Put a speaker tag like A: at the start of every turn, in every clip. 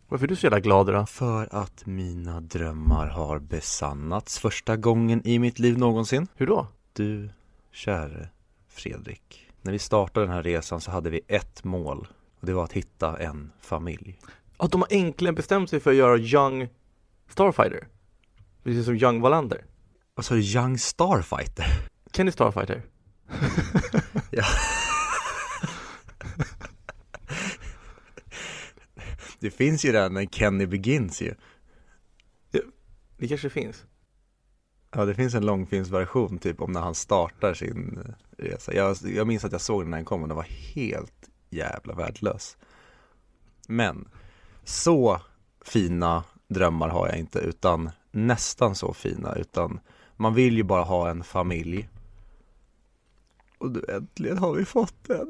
A: Varför är du så jävla glad då?
B: För att mina drömmar har besannats första gången i mitt liv någonsin.
A: Hur då?
B: Du, käre Fredrik. När vi startade den här resan så hade vi ett mål. Och det var att hitta en familj.
A: Att de har äntligen bestämt sig för att göra Young Starfighter. Precis som Young Wallander.
B: Vad sa du? Young Starfighter?
A: Kenny Starfighter.
B: Ja. Det finns ju redan en Kenny Begins ju.
A: Det kanske finns.
B: Ja, det finns en långfilmsversion typ om när han startar sin resa. Jag minns att jag såg den när den kom och den var helt jävla värdelös. Men så fina drömmar har jag inte, utan nästan så fina, utan man vill ju bara ha en familj. Och du, äntligen har vi fått den.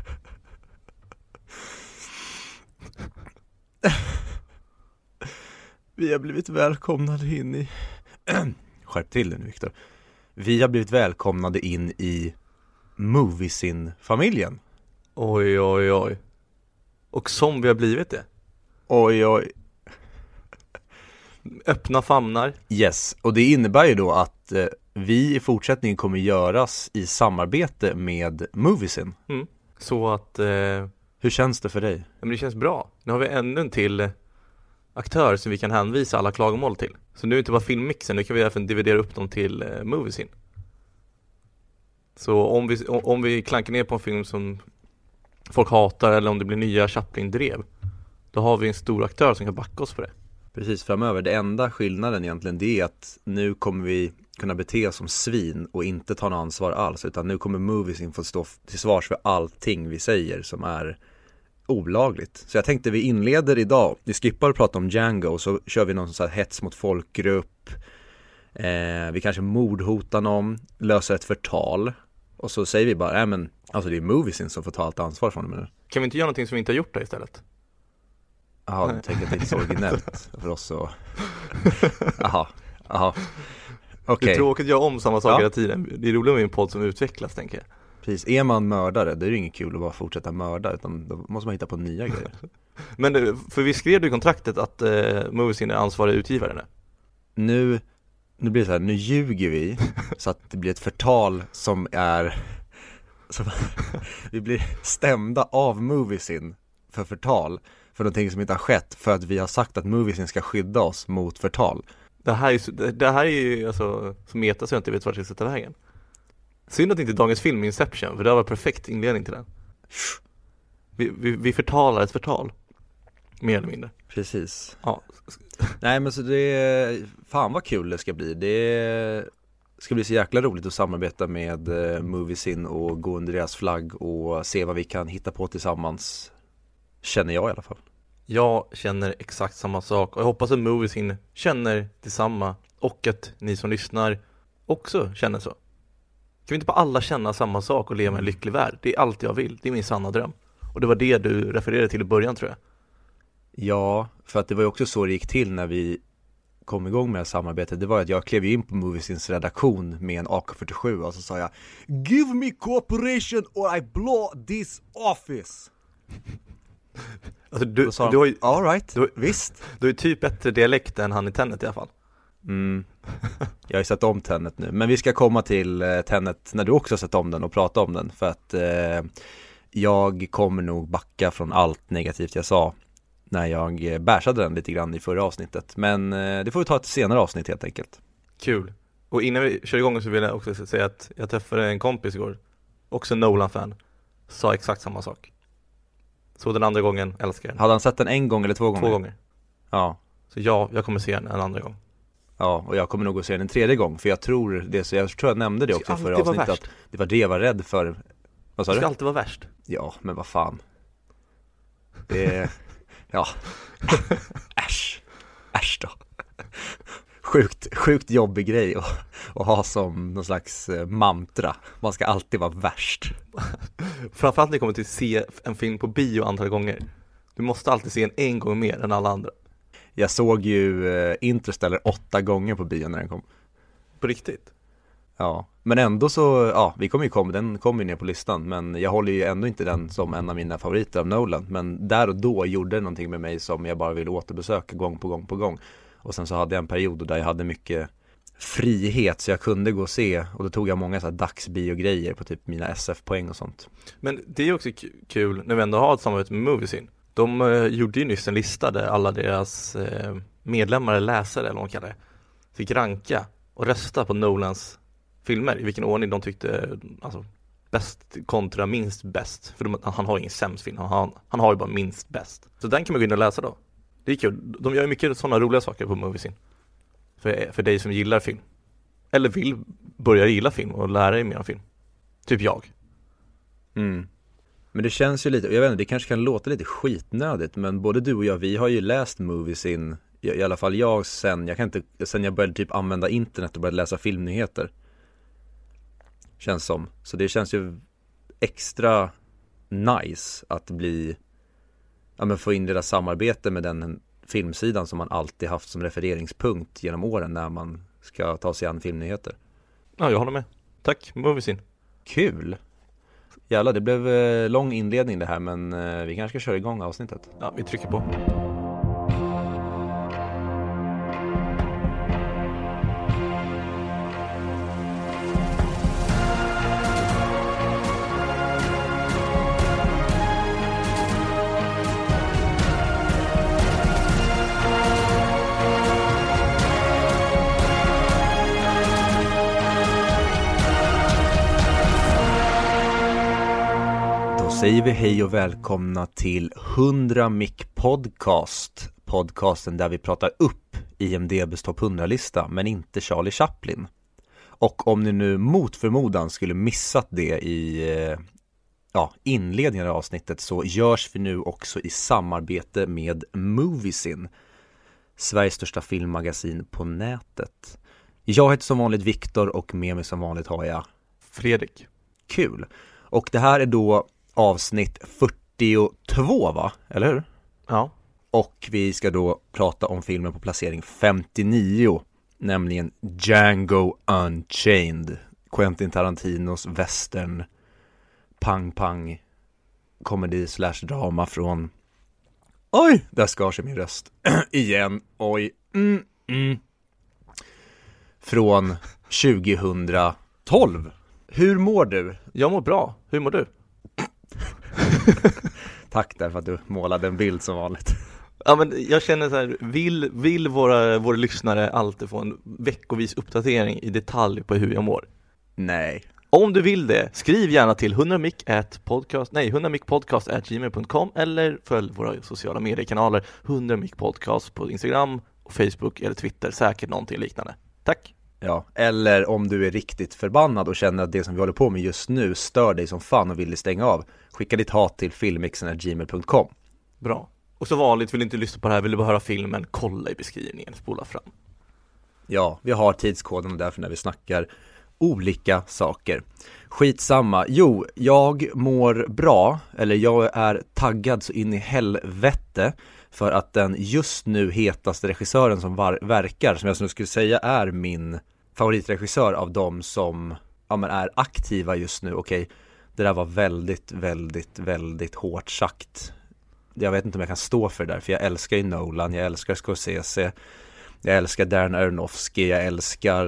B: Vi har blivit välkomnade in i... Skärp till dig nu, Victor. Vi har blivit välkomnade in i Moviesin-familjen.
A: Oj, oj, oj. Och som vi har blivit det.
B: Oj, oj.
A: Öppna famnar.
B: Yes, och det innebär ju då att vi i fortsättningen kommer göras i samarbete med Moviesin.
A: Så att...
B: Hur känns det för dig?
A: Ja, men det känns bra. Nu har vi ännu en till aktör som vi kan hänvisa alla klagomål till. Så nu är det inte bara filmmixen, nu kan vi även dividera upp dem till Moviesin. Så om vi klankar ner på en film som folk hatar eller om det blir nya Chaplin-drev, då har vi en stor aktör som kan backa oss för det.
B: Precis, framöver. Det enda skillnaden egentligen det är att nu kommer vi kunna bete oss som svin och inte ta något ansvar alls, utan nu kommer Moviesin få stå till svars för allting vi säger som är olagligt. Så jag tänkte vi inleder idag. Vi skippar att prata om Django och så kör vi någon sån här hets mot folkgrupp. Vi kanske mordhotar någon, löser ett förtal och så säger vi bara, men alltså det är Moviesin som får ta allt ansvar från det nu.
A: Kan vi inte göra någonting som vi inte har gjort där istället?
B: Jaha, jag tänker att det är så originellt för oss så... Jaha. Okay.
A: Det är tråkigt att göra om samma sak hela tiden. Det är roligt med en podd som utvecklas, tänker jag.
B: Precis, är man mördare, det är ju inget kul att bara fortsätta mörda, utan då måste man hitta på nya grejer.
A: Men för vi skrev i kontraktet att Moviesin är ansvarig utgivare nu.
B: Nu blir det så här, nu ljuger vi så att det blir ett förtal som är... vi blir stämda av Moviesin för förtal för någonting som inte har skett, för att vi har sagt att Moviesin ska skydda oss mot förtal. Det
A: här är ju alltså som meta så jag inte vet vart jag ska sätta vägen. Synd att inte dagens film Inception, för det var perfekt inledning till den. Vi förtalar ett förtal. Mer eller mindre.
B: Precis.
A: Ja.
B: Nej, men så det... Fan vad kul det ska bli. Det ska bli så jäkla roligt att samarbeta med Moviesin och gå under deras flagg och se vad vi kan hitta på tillsammans. Känner jag i alla fall.
A: Jag känner exakt samma sak och jag hoppas att Moviesin känner detsamma och att ni som lyssnar också känner så. Kan vi inte bara alla känna samma sak och leva i en lycklig värld? Det är allt jag vill, det är min sanna dröm. Och det var det du refererade till i början, tror jag.
B: Ja, för att det var ju också så det gick till när vi kom igång med samarbetet. Det var att jag klev in på Moviesins redaktion med en AK47 och så sa jag: "Give me cooperation or I blow this office."
A: Alltså du har ju,
B: all right, visst.
A: Du har ju typ bättre dialekt än han i Tenet i alla fall.
B: Jag har ju sett om Tenet nu. Men vi ska komma till Tenet när du också har sett om den och prata om den. För att jag kommer nog backa från allt negativt jag sa när jag bärsade den lite grann i förra avsnittet. Men det får vi ta ett senare avsnitt helt enkelt.
A: Kul. Och innan vi kör igång så vill jag också säga att jag träffade en kompis igår, också Nolan-fan, sa exakt samma sak. Så den andra gången älskar den.
B: Hade han sett den en gång eller 2 gånger?
A: 2 gånger.
B: Ja.
A: Så jag kommer se den en andra gång.
B: Ja, och jag kommer nog att se den en 3:e gång. För jag tror det, så jag tror jag nämnde det också i förra avsnittet, att det var det jag var rädd för. Vad sa du?
A: Det ska alltid vara värst.
B: Ja, men vad fan. Det ja. Äsch då. Sjukt jobbig grej att ha som någon slags mantra. Man ska alltid vara värst.
A: Framförallt när det kommer till att se en film på bio antal gånger. Du måste alltid se en gång mer än alla andra.
B: Jag såg ju Interstellar 8 gånger på bio när den kom.
A: På riktigt?
B: Ja, Men ändå så, ja, den kommer ju ner på listan. Men jag håller ju ändå inte den som en av mina favoriter av Nolan. Men där och då gjorde det någonting med mig som jag bara ville återbesöka gång på gång. Och sen så hade jag en period där jag hade mycket frihet så jag kunde gå och se. Och då tog jag många så här dagsbiogrejer på typ mina SF-poäng och sånt.
A: Men det är ju också kul när vi ändå har ett samarbete med Moviesin. De gjorde ju nyss en lista där alla deras medlemmar eller läsare eller vad man kallar det, fick ranka och rösta på Nolans filmer, i vilken ordning de tyckte alltså, bäst kontra minst bäst. För han har ingen sämst film, han har ju bara minst bäst. Så den kan man gå in och läsa då. Det är kul, de gör ju mycket sådana roliga saker på Moviesin. För dig som gillar film. Eller vill börja gilla film och lära dig mer om film. Typ jag.
B: Men det känns ju lite, jag vet inte, det kanske kan låta lite skitnödigt, men både du och jag, vi har ju läst Moviesin, i alla fall jag sen jag började typ använda internet och började läsa filmnyheter. Känns som. Så det känns ju extra nice att få in deras samarbete med den filmsidan som man alltid haft som refereringspunkt genom åren när man ska ta sig an filmnyheter.
A: Ja, jag håller med. Tack, Moviesin.
B: Kul! Jävlar, det blev lång inledning det här, men vi kanske ska köra igång avsnittet.
A: Ja, vi trycker på.
B: Säger vi hej och välkomna till 100 Mic Podcast. Podcasten där vi pratar upp IMDb's topp 100-lista, men inte Charlie Chaplin. Och om ni nu mot förmodan skulle missat det i inledningen av avsnittet, så görs vi nu också i samarbete med Moviesin, Sveriges största filmmagasin på nätet. Jag heter som vanligt Viktor och med mig som vanligt har jag
A: Fredrik.
B: Kul. Och det här är då avsnitt 42, va? Eller hur?
A: Ja.
B: Och vi ska då prata om filmen på placering 59, nämligen Django Unchained. Quentin Tarantinos western pang komedi / drama från... Oj, där skar sig min röst. Igen, oj. Från 2012. Hur mår du?
A: Jag mår bra. Hur mår du?
B: Tack därför att du målade en bild som vanligt.
A: Ja, men jag känner så här, vill våra lyssnare alltid få en veckovis uppdatering i detalj på hur jag mår?
B: Nej.
A: Om du vill det, skriv gärna till 100micpodcast@gmail.com eller följ våra sociala mediekanaler 100micpodcast på Instagram och Facebook eller Twitter, säkert någonting liknande. Tack.
B: Ja, eller om du är riktigt förbannad och känner att det som vi håller på med just nu stör dig som fan och vill stänga av, skicka ditt hat till filmmixen@gmail.com.
A: Bra. Och så vanligt, vill du inte lyssna på det här, vill du bara höra filmen, kolla i beskrivningen, spola fram.
B: Ja, vi har tidskoden och därför när vi snackar olika saker. Skitsamma. Jo, jag mår bra, eller jag är taggad så in i helvete för att den just nu hetaste regissören som verkar, som jag skulle säga är min favoritregissör av dem som är aktiva just nu. Okej, det där var väldigt, väldigt, väldigt hårt sagt. Jag vet inte om jag kan stå för det där, för jag älskar ju Nolan, jag älskar Scorsese, jag älskar Darren Aronofsky, jag älskar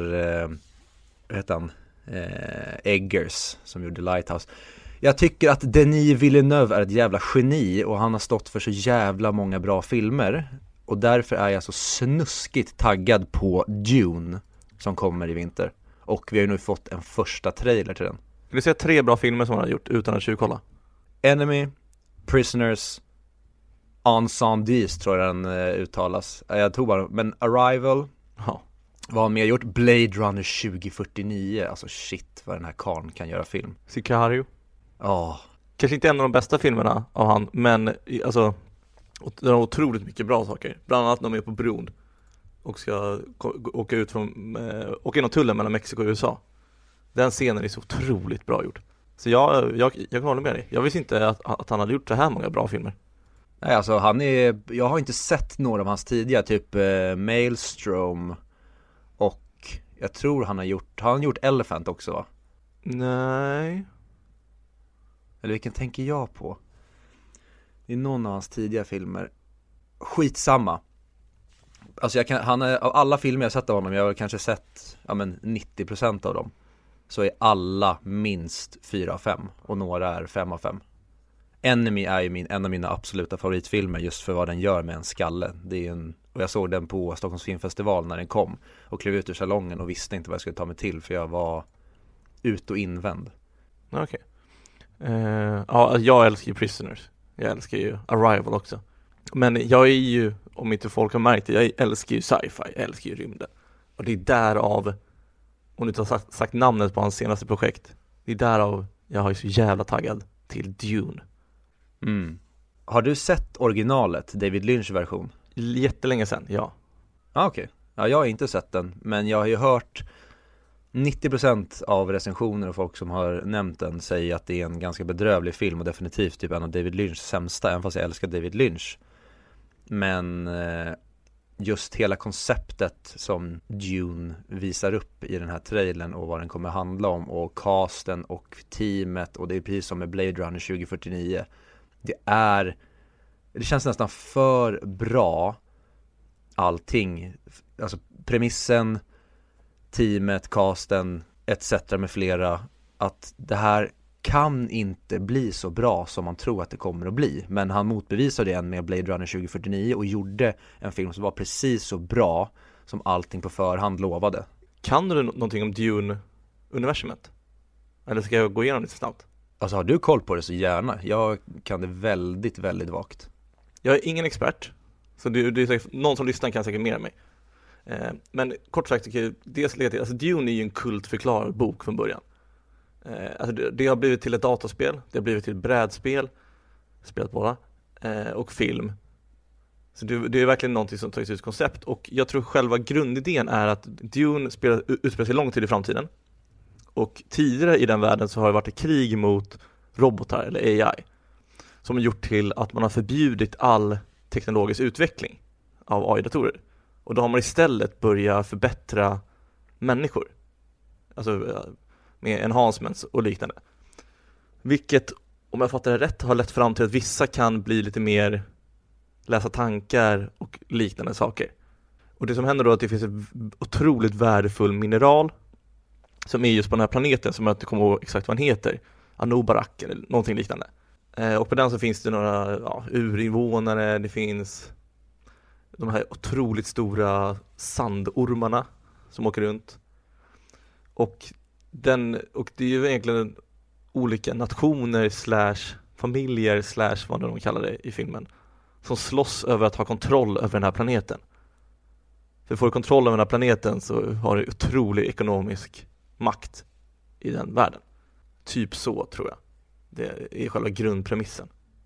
B: Eggers som gjorde Lighthouse. Jag tycker att Denis Villeneuve är ett jävla geni och han har stått för så jävla många bra filmer. Och därför är jag så snuskigt taggad på Dune som kommer i vinter. Och vi har ju nu fått en första trailer till den.
A: Vill du säga 3 bra filmer som han har gjort utan att tjuvkolla?
B: Enemy, Prisoners, Incendies tror jag den uttalas. Jag tog bara, men Arrival.
A: Ja.
B: Vad har han mer gjort? Blade Runner 2049. Alltså shit vad den här karln kan göra film.
A: Sicario.
B: Ja.
A: Kanske inte en av de bästa filmerna av han, men alltså det är otroligt mycket bra saker. Bland annat när de är på bron och ska åka ut från genom tullen mellan Mexiko och USA. Den scenen är så otroligt bra gjord. Så jag kan hålla med dig. Jag visste inte att han hade gjort så här många bra filmer.
B: Nej, alltså jag har inte sett några av hans tidiga, typ Maelstrom och jag tror har han gjort Elephant också, va?
A: Nej.
B: Eller vilken tänker jag på? Det är någon av hans tidiga filmer. Skitsamma. Alltså av alla filmer jag sett av honom, jag har kanske sett 90% av dem, så är alla minst 4 av 5 och några är 5 av 5. Enemy är ju en av mina absoluta favoritfilmer just för vad den gör med en skalle. Och jag såg den på Stockholms filmfestival när den kom och klev ut ur salongen och visste inte vad jag skulle ta mig till, för jag var ut och invänd.
A: Okej. Ja, jag älskar ju Prisoners. Jag älskar ju Arrival också. Men jag är ju, om inte folk har märkt det, jag älskar ju sci-fi, jag älskar ju rymden. Och det är därav, om du inte har sagt namnet på hans senaste projekt, det är därav jag är så jävla taggad till Dune.
B: Har du sett originalet, David Lynch version?
A: Jättelänge sedan, ja.
B: Okej. Ja, jag har inte sett den, men jag har ju hört 90% av recensioner och folk som har nämnt den säger att det är en ganska bedrövlig film och definitivt typ en av David Lynchs sämsta, även fast jag älskar David Lynch. Men just hela konceptet som Dune visar upp i den här trailern och vad den kommer handla om och casten och teamet, och det är precis som med Blade Runner 2049. Det känns nästan för bra allting. Alltså premissen, teamet, casten etc. med flera, att det här kan inte bli så bra som man tror att det kommer att bli. Men han motbevisade det med Blade Runner 2049 och gjorde en film som var precis så bra som allting på förhand lovade.
A: Kan du någonting om Dune-universumet? Eller ska jag gå igenom det snabbt?
B: Alltså har du koll på det så gärna. Jag kan det väldigt, väldigt vagt.
A: Jag är ingen expert, så det är säkert, någon som lyssnar kan säkert mer än mig. Men kort sagt, alltså Dune är ju en kultförklarad bok från början. Alltså det har blivit till ett dataspel, det har blivit till brädspel, spelat båda, och film. Så det är verkligen någonting som tagits ut koncept, och jag tror själva grundidén är att Dune utspelar sig lång tid i framtiden. Och tidigare i den världen så har det varit ett krig mot robotar eller AI som har gjort till att man har förbjudit all teknologisk utveckling av AI-datorer. Och då har man istället börjat förbättra människor. Alltså med enhancements och liknande. Vilket, om jag fattar det rätt, har lett fram till att vissa kan bli lite mer läsa tankar och liknande saker. Och det som händer då är att det finns ett otroligt värdefull mineral som är just på den här planeten, som jag inte kommer ihåg exakt vad den heter. Anobarak eller någonting liknande. Och på den så finns det några urinvånare, det finns de här otroligt stora sandormarna som åker runt. Och det är ju egentligen olika nationer / familjer / vad de kallar det i filmen, som slåss över att ha kontroll över den här planeten. För får du kontroll över den här planeten så har du otrolig ekonomisk makt i den världen. Typ så tror jag. Det är själva grundpremissen.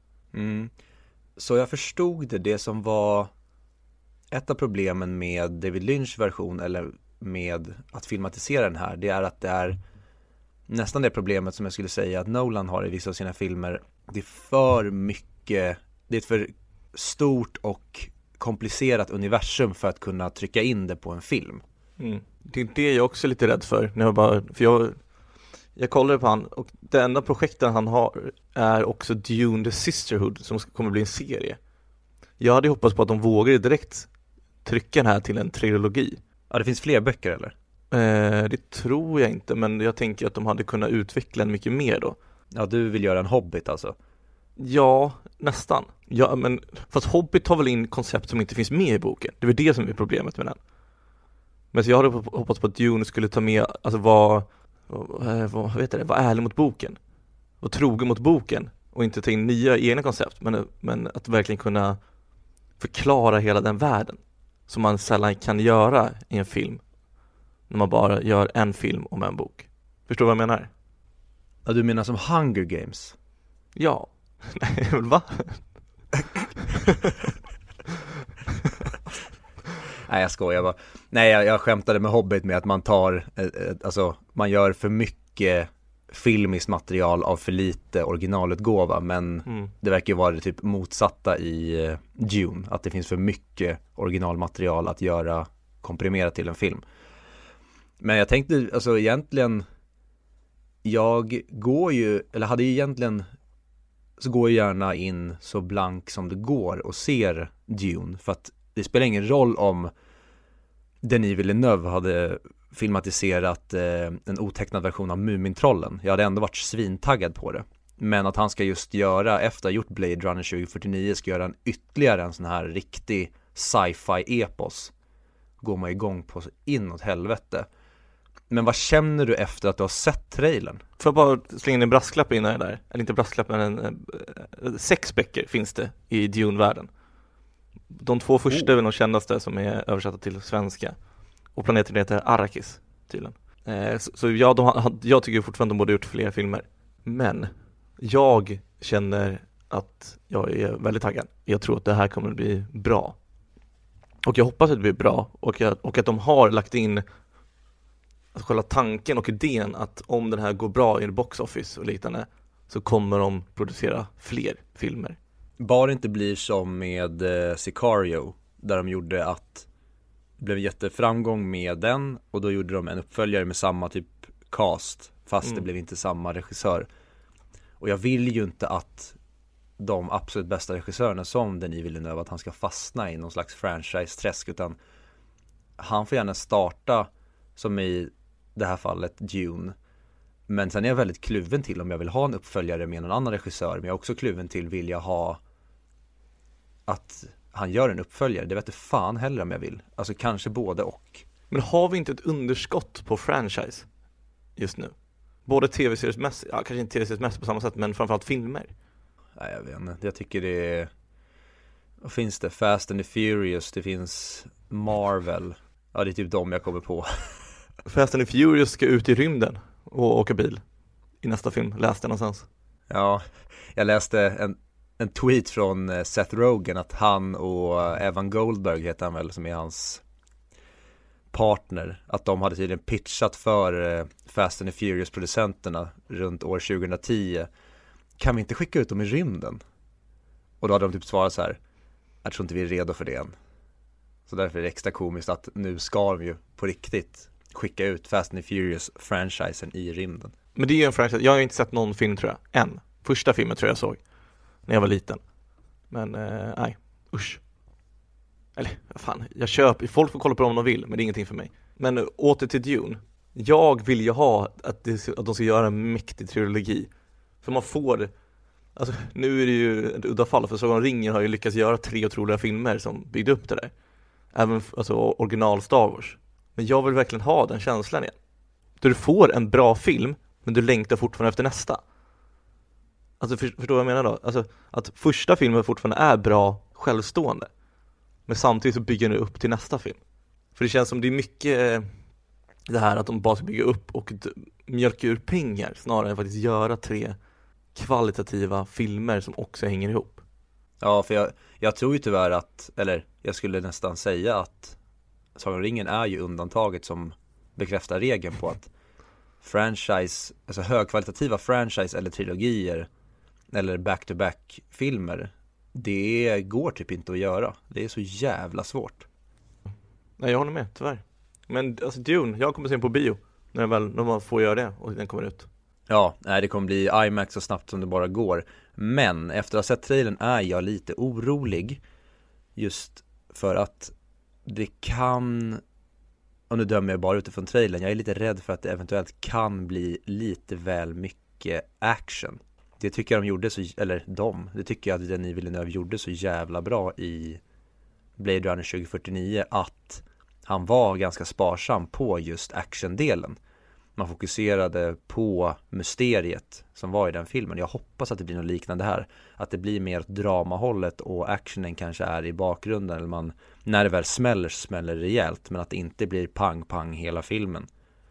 B: Så jag förstod det som var ett av problemen med David Lynch version, eller med att filmatisera den här, det är att det är nästan det problemet som jag skulle säga att Nolan har i vissa av sina filmer. Det är för mycket, det är ett för stort och komplicerat universum för att kunna trycka in det på en film.
A: Det är det jag också är lite rädd för. Jag kollade på han, och det enda projekten han har är också Dune the Sisterhood, som kommer bli en serie. Jag hade hoppats på att de vågade direkt trycka den här till en trilogi.
B: Ja, det finns fler böcker eller?
A: Det tror jag inte, men jag tänker att de hade kunnat utveckla den mycket mer då.
B: Ja, du vill göra en Hobbit alltså?
A: Ja, nästan. Ja, men fast Hobbit tar väl in koncept som inte finns med i boken. Det är det som är problemet med den. Men så jag hade hoppats på att Dune skulle ta med, alltså vara ärlig mot boken. Vara trogen mot boken och inte ta in nya egna koncept, men att verkligen kunna förklara hela den världen som man sällan kan göra i en film när man bara gör en film om en bok. Förstår du vad jag menar?
B: Ja, du menar som Hunger Games?
A: Ja. Nej, va?
B: Nej, jag skojar bara. Nej, jag skämtade med Hobbit med att man tar, alltså man gör för mycket filmiskt material av för lite originalutgåva, men det verkar ju vara det typ motsatta i Dune, att det finns för mycket originalmaterial att göra komprimerat till en film. Men jag tänkte, alltså egentligen, jag går ju, eller hade ju egentligen, så går jag gärna in så blank som det går och ser Dune. För att det spelar ingen roll om Denis Villeneuve hade filmatiserat en otecknad version av Mumintrollen. Jag hade ändå varit svintaggad på det. Men att han ska just göra, efter att ha gjort Blade Runner 2049, ska göra ytterligare en sån här riktig sci-fi-epos. Går man igång på så inåt helvete. Men vad känner du efter att du har sett trailern?
A: Får jag bara slänga in en brasklapp innan jag där? Eller inte brasklapp, men 6 böcker finns det i Dune-världen. De 2 första är väl de kändaste som är översatta till svenska. Och planeten heter Arrakis tydligen. Så jag tycker fortfarande de borde gjort fler filmer. Men jag känner att jag är väldigt taggad. Jag tror att det här kommer att bli bra. Och jag hoppas att det blir bra. Och att de har lagt in alltså själva tanken och idén att om den här går bra i box office och liknande, så kommer de producera fler filmer.
B: Bara inte blir som med Sicario, där de gjorde att det blev jätteframgång med den, och då gjorde de en uppföljare med samma typ cast, fast det blev inte samma regissör. Och jag vill ju inte att de absolut bästa regissörerna som Denis Villeneuve, att han ska fastna i någon slags franchise-träsk, utan han får gärna starta som i det här fallet Dune. Men sen är jag väldigt kluven till om jag vill ha en uppföljare med någon annan regissör, men jag är också kluven till vill jag ha att han gör en uppföljare. Det vet jag fan heller om jag vill. Alltså kanske både och.
A: Men har vi inte ett underskott på franchise just nu? Både tv-seriesmässigt, ja kanske inte tv-seriesmässigt på samma sätt, men framförallt filmer.
B: Nej, jag vet inte. Jag tycker det är... Vad finns det? Fast and the Furious, det finns Marvel. Ja, det är typ de jag kommer på.
A: Fast and the Furious ska ut i rymden och åka bil i nästa film, läste jag någonstans.
B: Ja, jag läste en tweet från Seth Rogen att han och Evan Goldberg heter han väl, som är hans partner, att de hade tydligen pitchat för Fast and the Furious-producenterna runt år 2010. Kan vi inte skicka ut dem i rymden? Och då hade de typ svarat så här: jag tror inte vi är redo för det än. Så därför är det extra komiskt att nu ska de ju på riktigt skicka ut Fast and the Furious-franchisen i rymden.
A: Men det är ju en franchise, jag har inte sett någon film tror jag, än. Första filmen tror jag såg när jag var liten. Men nej, usch. Eller, vad fan, jag köper, folk får kolla på dem om de vill, men det är ingenting för mig. Men åter till Dune. Jag vill ju ha att de ska göra en mäktig trilogi. För man får, alltså nu är det ju ett udda fall, för Sagan om ringen har ju lyckats göra 3 otroliga filmer som byggde upp det där. Även alltså original Star Wars. Men jag vill verkligen ha den känslan igen. Då du får en bra film, men du längtar fortfarande efter nästa. Alltså förstår vad jag menar då? Alltså att första filmen fortfarande är bra självstående, men samtidigt så bygger den upp till nästa film. För det känns som det är mycket det här att de bara ska bygga upp och mjölka ur pengar snarare än faktiskt göra 3 kvalitativa filmer som också hänger ihop.
B: Ja, för jag tror ju tyvärr att, eller jag skulle nästan säga att Sagan om ringen är ju undantaget som bekräftar regeln på att franchise, alltså högkvalitativa franchise eller trilogier eller back-to-back filmer, det går typ inte att göra. Det är så jävla svårt.
A: Nej, jag håller med, tyvärr. Men alltså Dune, jag kommer se den på bio när man får göra det och den kommer ut.
B: Ja, nej, det kommer bli IMAX så snabbt som det bara går. Men efter att ha sett trailern är jag lite orolig. Just för att det kan, och nu dömer jag bara utifrån trailern, jag är lite rädd för att det eventuellt kan bli lite väl mycket action. Det tycker jag de gjorde så, eller det tycker jag att Denis Villeneuve gjorde så jävla bra i Blade Runner 2049, att han var ganska sparsam på just actiondelen. Man fokuserade på mysteriet som var i den filmen. Jag hoppas att det blir något liknande här. Att det blir mer dramahållet och actionen kanske är i bakgrunden. Eller när det väl smäller rejält. Men att det inte blir pang hela filmen.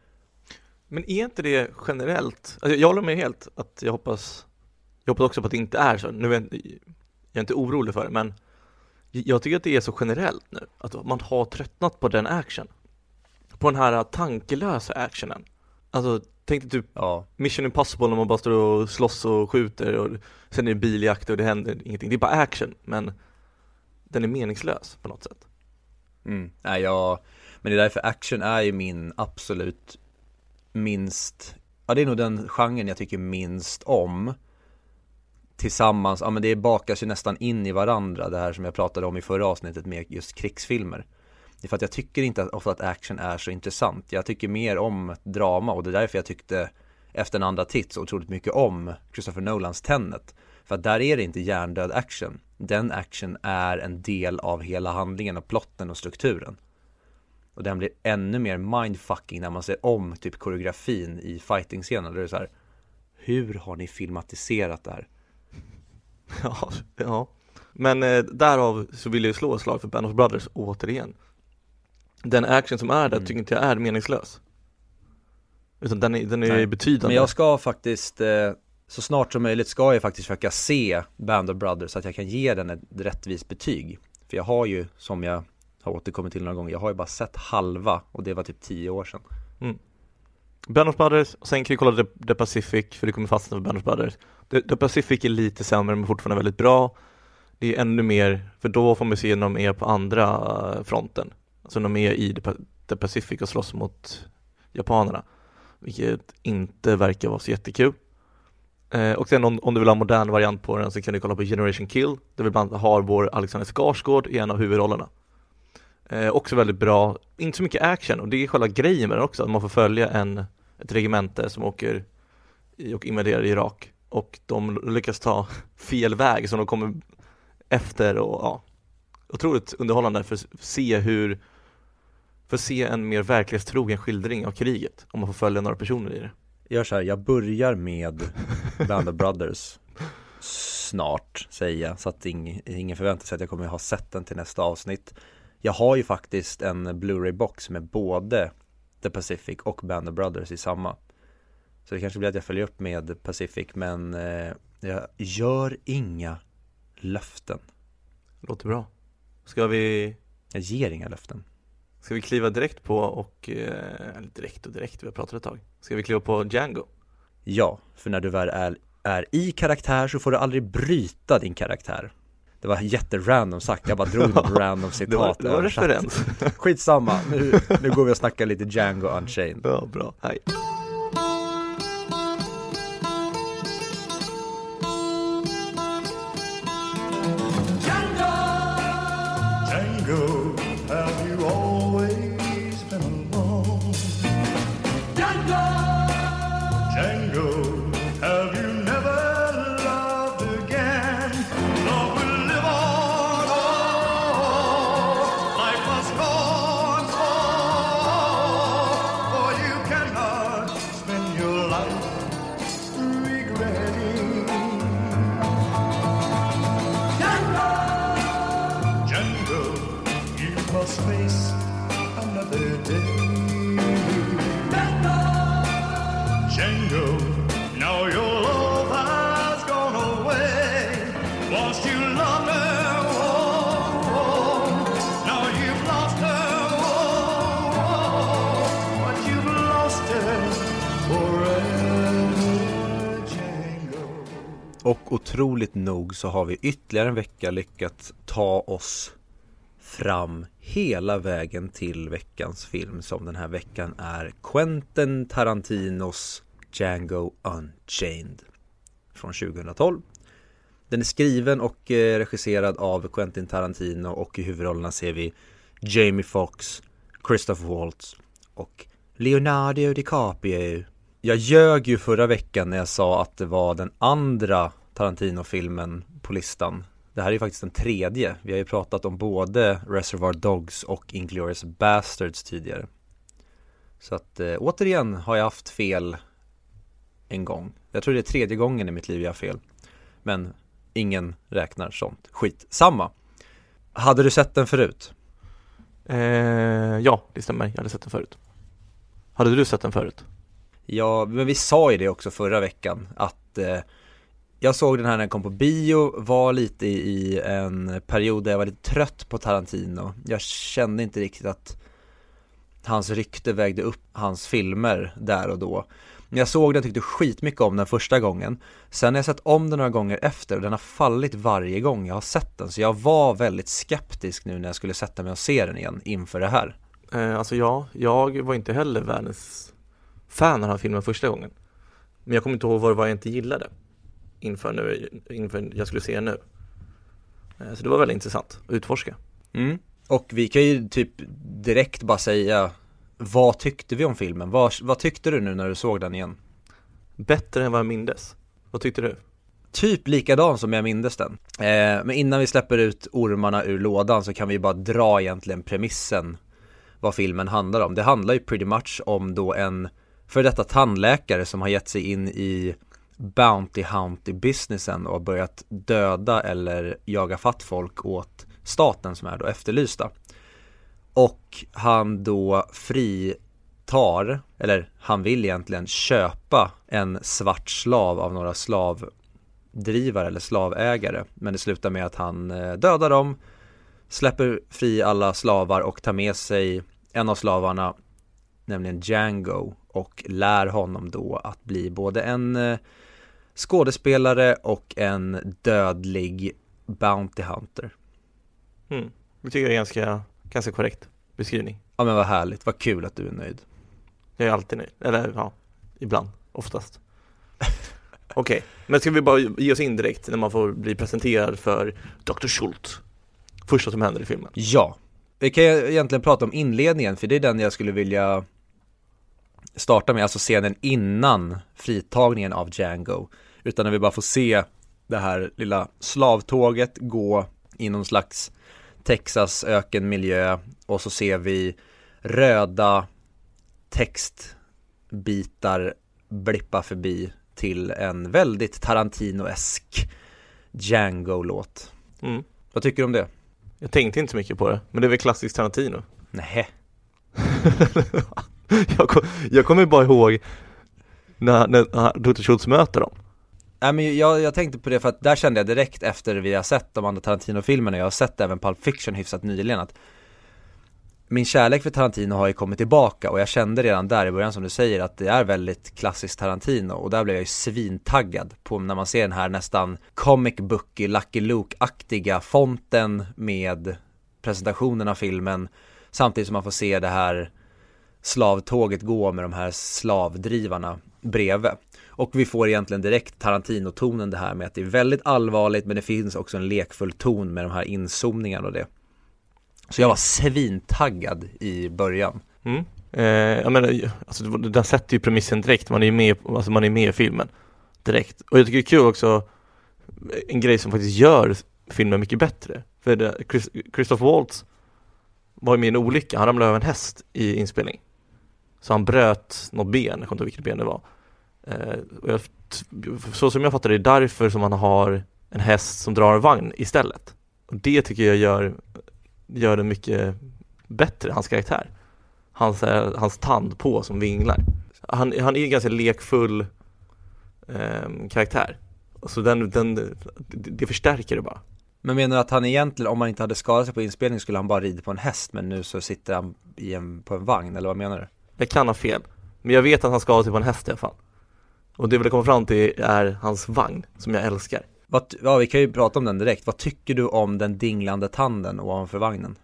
A: Men är inte det generellt? Alltså jag håller med helt. Att jag hoppas också på att det inte är så. Nu jag är inte orolig för det. Men jag tycker att det är så generellt nu. Att man har tröttnat på den action. På den här tankelösa actionen. Alltså, tänk dig typ Mission Impossible när man bara står och slåss och skjuter och sen är det biljakt och det händer ingenting. Det är bara action, men den är meningslös på något sätt.
B: Nej, Men det är därför action är ju min absolut minst, ja det är nog den genren jag tycker minst om. Tillsammans, ja men det bakas ju nästan in i varandra, det här som jag pratade om i förra avsnittet med just krigsfilmer. Det är för att jag tycker inte ofta att action är så intressant. Jag tycker mer om drama, och det är därför jag tyckte efter en andra titt så otroligt mycket om Christopher Nolans Tenet. För att där är det inte hjärndöd action. Den action är en del av hela handlingen och plotten och strukturen. Och den blir ännu mer mindfucking när man ser om typ koreografin i fighting-scenen. Där det är så här, hur har ni filmatiserat det här?
A: Ja. Men därav så vill jag slå ett slag för Band of Brothers återigen. Den action som är där tycker inte jag är meningslös. Utan den är betydande.
B: Men jag ska faktiskt, så snart som möjligt ska jag faktiskt försöka se Band of Brothers så att jag kan ge den ett rättvist betyg. För jag har ju, som jag har återkommit till några gånger, jag har ju bara sett halva, och det var typ 10 år sedan.
A: Band of Brothers, och sen kan vi kolla The Pacific, för det kommer fastna för Band of Brothers. The Pacific är lite sämre men fortfarande väldigt bra. Det är ännu mer, för då får man se när de är på andra fronten. Alltså när de är i The Pacific och slåss mot japanerna, vilket inte verkar vara så jättekul. Och sen om du vill ha en modern variant på den så kan du kolla på Generation Kill, där vi bland annat har vår Alexander Skarsgård i en av huvudrollerna. Också väldigt bra, inte så mycket action, och det är själva grejen med den också, att man får följa ett regemente som åker och invaderar Irak, och de lyckas ta fel väg så de kommer efter, och otroligt underhållande för att se en mer verklighetstrogen skildring av kriget, om man får följa några personer i det.
B: Gör så här, jag börjar med Band of Brothers snart, säger jag, så att ingen förväntar sig att jag kommer ha sett den till nästa avsnitt. Jag har ju faktiskt en Blu-ray-box med både The Pacific och Band of Brothers i samma. Så det kanske blir att jag följer upp med Pacific, men jag gör inga löften.
A: Låter bra. Ska vi...
B: Jag ger inga löften.
A: Ska vi kliva direkt på och... direkt, vi har pratat ett tag. Ska vi kliva på Django?
B: Ja, för när du väl är i karaktär så får du aldrig bryta din karaktär. Det var jätterandom sagt, jag bara drog något random citat.
A: Det var referens.
B: Skitsamma, nu går vi och snackar lite Django Unchained.
A: Ja, bra. Hej.
C: Django, have you always been alone? Django, have you never loved again? Love will live on, life must go on, for you cannot spend your life regretting. Django, you must face another day. Django, now your love has gone away. Lost you loved her, now you've lost her, but you've lost her forever, Django.
B: Och otroligt nog så har vi ytterligare en vecka lyckats ta oss fram hela vägen till veckans film, som den här veckan är Quentin Tarantinos Django Unchained från 2012. Den är skriven och regisserad av Quentin Tarantino, och i huvudrollerna ser vi Jamie Foxx, Christopher Waltz och Leonardo DiCaprio. Jag ljög ju förra veckan när jag sa att det var den andra Tarantino-filmen på listan. Det här är ju faktiskt den tredje. Vi har ju pratat om både Reservoir Dogs och Inglourious Basterds tidigare. Så att återigen har jag haft fel en gång. Jag tror det är tredje gången i mitt liv jag har fel. Men ingen räknar sånt. Skit. Samma. Hade du sett den förut?
A: Ja, det stämmer. Jag hade sett den förut. Hade du sett den förut?
B: Ja, men vi sa ju det också förra veckan. Att jag såg den här när den kom på bio. Var lite i en period där jag var lite trött på Tarantino. Jag kände inte riktigt att hans rykte vägde upp hans filmer där och då. Men jag såg den, tyckte skitmycket om den första gången. Sen har jag sett om den några gånger efter, och den har fallit varje gång jag har sett den. Så jag var väldigt skeptisk nu när jag skulle sätta mig och se den igen inför det här.
A: Alltså jag var inte heller världens fan av den här filmen första gången. Men jag kommer inte ihåg vad det var jag inte gillade inför jag skulle se den nu. Så det var väldigt intressant att utforska.
B: Och vi kan ju typ direkt bara säga, vad tyckte vi om filmen? Vad tyckte du nu när du såg den igen?
A: Bättre än vad jag mindes. Vad tyckte du?
B: Typ likadan som jag mindes den. Men innan vi släpper ut ormarna ur lådan så kan vi bara dra egentligen premissen vad filmen handlar om. Det handlar ju pretty much om då en för detta tandläkare som har gett sig in i bounty hunting businessen och börjat döda eller jaga fatt folk åt staten som är då efterlysta. Och han då fritar, eller han vill egentligen köpa en svart slav av några slavdrivare eller slavägare. Men det slutar med att han dödar dem, släpper fri alla slavar och tar med sig en av slavarna, nämligen Django, och lär honom då att bli både en skådespelare och en dödlig bounty hunter.
A: Det tycker jag är ganska korrekt beskrivning.
B: Ja, men vad härligt, vad kul att du är nöjd.
A: Jag är alltid nöjd, eller ja, ibland, oftast. Okej, men ska vi bara ge oss in direkt när man får bli presenterad för Dr. Schultz, första som händer i filmen?
B: Ja, vi kan egentligen prata om inledningen, för det är den jag skulle vilja starta med, alltså scenen innan fritagningen av Django, utan när vi bara får se det här lilla slavtåget gå i någon slags Texas ökenmiljö, och så ser vi röda textbitar blippa förbi till en väldigt Tarantino-esk Django-låt. Vad tycker du om det?
A: Jag tänkte inte så mycket på det, men det är väl klassiskt Tarantino.
B: Nej.
A: jag kommer bara ihåg när Dr. Schultz möter dem.
B: Nej, men jag tänkte på det för att där kände jag direkt efter vi har sett de andra Tarantino-filmerna, jag har sett även Pulp Fiction hyfsat nyligen, att min kärlek för Tarantino har ju kommit tillbaka, och jag kände redan där i början, som du säger, att det är väldigt klassiskt Tarantino, och där blev jag ju svintaggad på när man ser den här nästan comic booky, Lucky Luke-aktiga fonten med presentationen av filmen, samtidigt som man får se det här slavtåget gå med de här slavdrivarna bredvid. Och vi får egentligen direkt Tarantino-tonen, det här med att det är väldigt allvarligt, men det finns också en lekfull ton med de här inzoomningarna och det. Så jag var svintaggad i början.
A: Jag menar, alltså, den sätter ju premissen direkt. Man är med i filmen direkt. Och jag tycker det är kul också, en grej som faktiskt gör filmen mycket bättre. För Christoph Waltz var ju med i en olycka. Han ramlade över en häst i inspelning. Så han bröt något ben, jag kommer inte ihåg vilket ben det var. Och så som jag fattar det, är därför som man har en häst som drar en vagn istället. Och det tycker jag gör det mycket bättre, hans karaktär. Hans tand på som vinglar. Han är en ganska lekfull karaktär. Så det förstärker det bara.
B: Men menar du att han egentligen, om man inte hade skadat sig på inspelning, skulle han bara rida på en häst, men nu så sitter han på en vagn, eller vad menar du?
A: Jag kan ha fel, men jag vet att han skadade sig på en häst i alla fall. Och det vill jag komma fram till är hans vagn, som jag älskar.
B: Ja, vi kan ju prata om den direkt. Vad tycker du om den dinglande tanden ovanför vagnen?